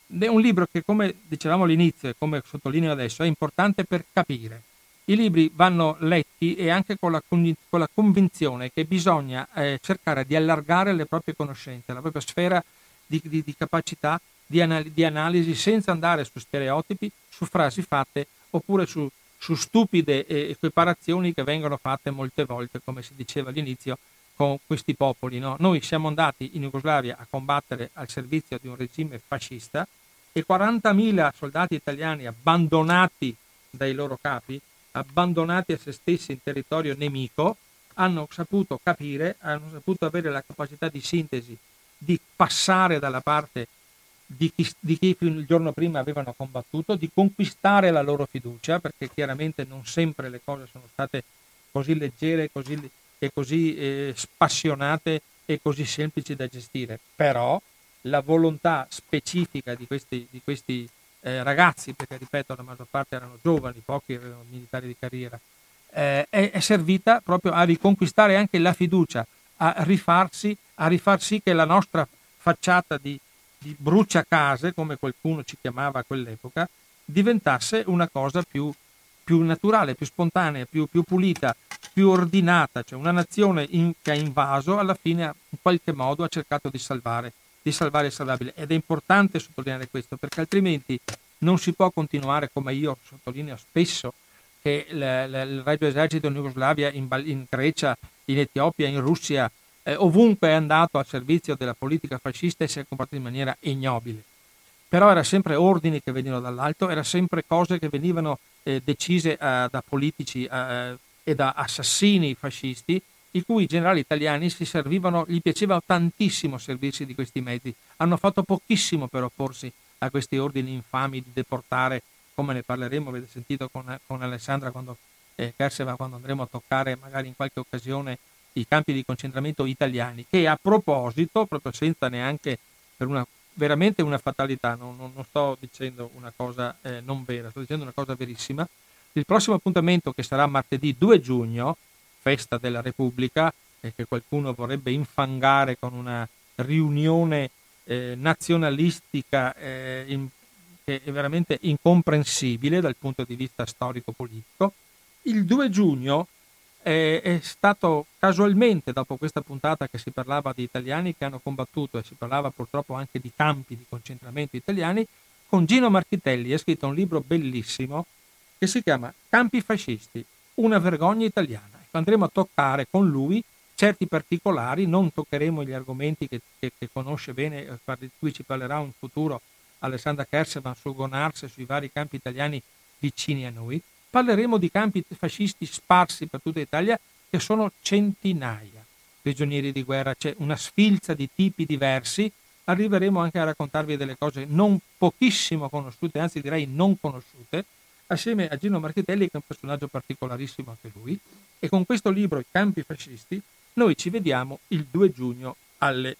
È un libro che, come dicevamo all'inizio e come sottolineo adesso, è importante per capire. I libri vanno letti e anche con la convinzione che bisogna cercare di allargare le proprie conoscenze, la propria sfera di capacità di analisi, senza andare su stereotipi, su frasi fatte oppure su stupide equiparazioni che vengono fatte molte volte, come si diceva all'inizio, con questi popoli. No? Noi siamo andati in Jugoslavia a combattere al servizio di un regime fascista e 40.000 soldati italiani abbandonati dai loro capi, abbandonati a se stessi in territorio nemico, hanno saputo capire, hanno saputo avere la capacità di sintesi, di passare dalla parte di chi il giorno prima avevano combattuto, di conquistare la loro fiducia, perché chiaramente non sempre le cose sono state così leggere e così spassionate e così semplici da gestire. Però la volontà specifica di questi ragazzi, perché ripeto la maggior parte erano giovani, pochi erano militari di carriera, è servita proprio a riconquistare anche la fiducia, a rifar sì che la nostra facciata di bruciacase, come qualcuno ci chiamava a quell'epoca, diventasse una cosa più naturale, più spontanea, più pulita, più ordinata, cioè una nazione che ha invaso alla fine in qualche modo ha cercato di salvare il salvabile, ed è importante sottolineare questo, perché altrimenti non si può continuare, come io sottolineo spesso, che il radio esercito in Jugoslavia, in Grecia, in Etiopia, in Russia, ovunque è andato al servizio della politica fascista e si è comportato in maniera ignobile. Però era sempre ordini che venivano dall'alto, era sempre cose che venivano decise da politici e da assassini fascisti, i cui generali italiani si servivano, gli piaceva tantissimo servirsi di questi mezzi. Hanno fatto pochissimo per opporsi a questi ordini infami di deportare, come ne parleremo, avete sentito con Alessandra quando andremo a toccare magari in qualche occasione i campi di concentramento italiani, che a proposito, proprio senza neanche per veramente una fatalità, non sto dicendo una cosa non vera, sto dicendo una cosa verissima. Il prossimo appuntamento, che sarà martedì 2 giugno, festa della Repubblica, che qualcuno vorrebbe infangare con una riunione nazionalistica che è veramente incomprensibile dal punto di vista storico-politico. Il 2 giugno è stato casualmente, dopo questa puntata che si parlava di italiani che hanno combattuto e si parlava purtroppo anche di campi di concentramento italiani, con Gino Marchitelli ha scritto un libro bellissimo che si chiama Campi fascisti, una vergogna italiana. Andremo a toccare con lui certi particolari, non toccheremo gli argomenti che conosce bene, di cui ci parlerà in futuro Alessandra Kersevan su Gonars e sui vari campi italiani vicini a noi. Parleremo di campi fascisti sparsi per tutta Italia, che sono centinaia. Prigionieri di guerra, c'è una sfilza di tipi diversi. Arriveremo anche a raccontarvi delle cose non pochissimo conosciute, anzi direi non conosciute, assieme a Gino Marchitelli, che è un personaggio particolarissimo anche lui. E con questo libro, I campi fascisti, noi ci vediamo il 2 giugno alle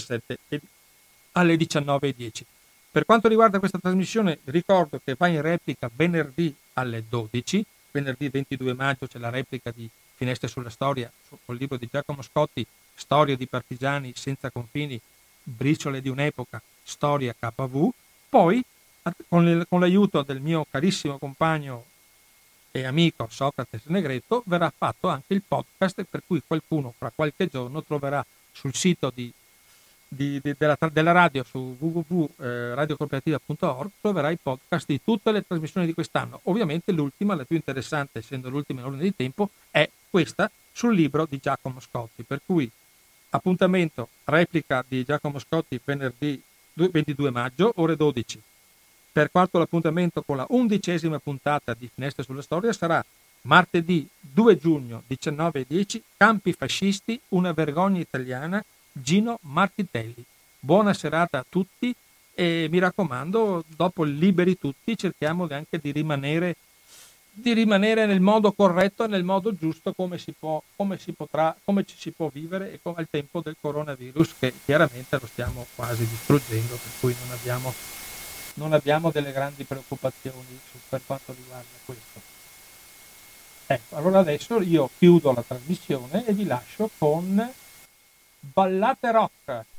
19:10. Per quanto riguarda questa trasmissione, ricordo che va in replica venerdì alle 12, venerdì 22 maggio c'è la replica di Finestre sulla Storia, col libro di Giacomo Scotti, Storia di partigiani senza confini, briciole di un'epoca, storia KV. Poi, con l'aiuto del mio carissimo compagno e amico Socrate Negretto, verrà fatto anche il podcast, per cui qualcuno fra qualche giorno troverà sul sito della radio, su www.radiocooperativa.org, troverà i podcast di tutte le trasmissioni di quest'anno. Ovviamente l'ultima, la più interessante, essendo l'ultima in ordine di tempo, è questa sul libro di Giacomo Scotti, per cui appuntamento replica di Giacomo Scotti venerdì 22 maggio, ore 12. Per quanto l'appuntamento con la 11ª puntata di Finestre sulla Storia sarà martedì 2 giugno 19:10, Campi fascisti, una vergogna italiana, Gino Marchitelli. Buona serata a tutti e mi raccomando, dopo il Liberi Tutti cerchiamo anche di rimanere nel modo corretto e nel modo giusto, come ci si può vivere al tempo del coronavirus, che chiaramente lo stiamo quasi distruggendo, per cui non abbiamo delle grandi preoccupazioni per quanto riguarda questo. Ecco, allora adesso io chiudo la trasmissione e vi lascio con Ballate Rock.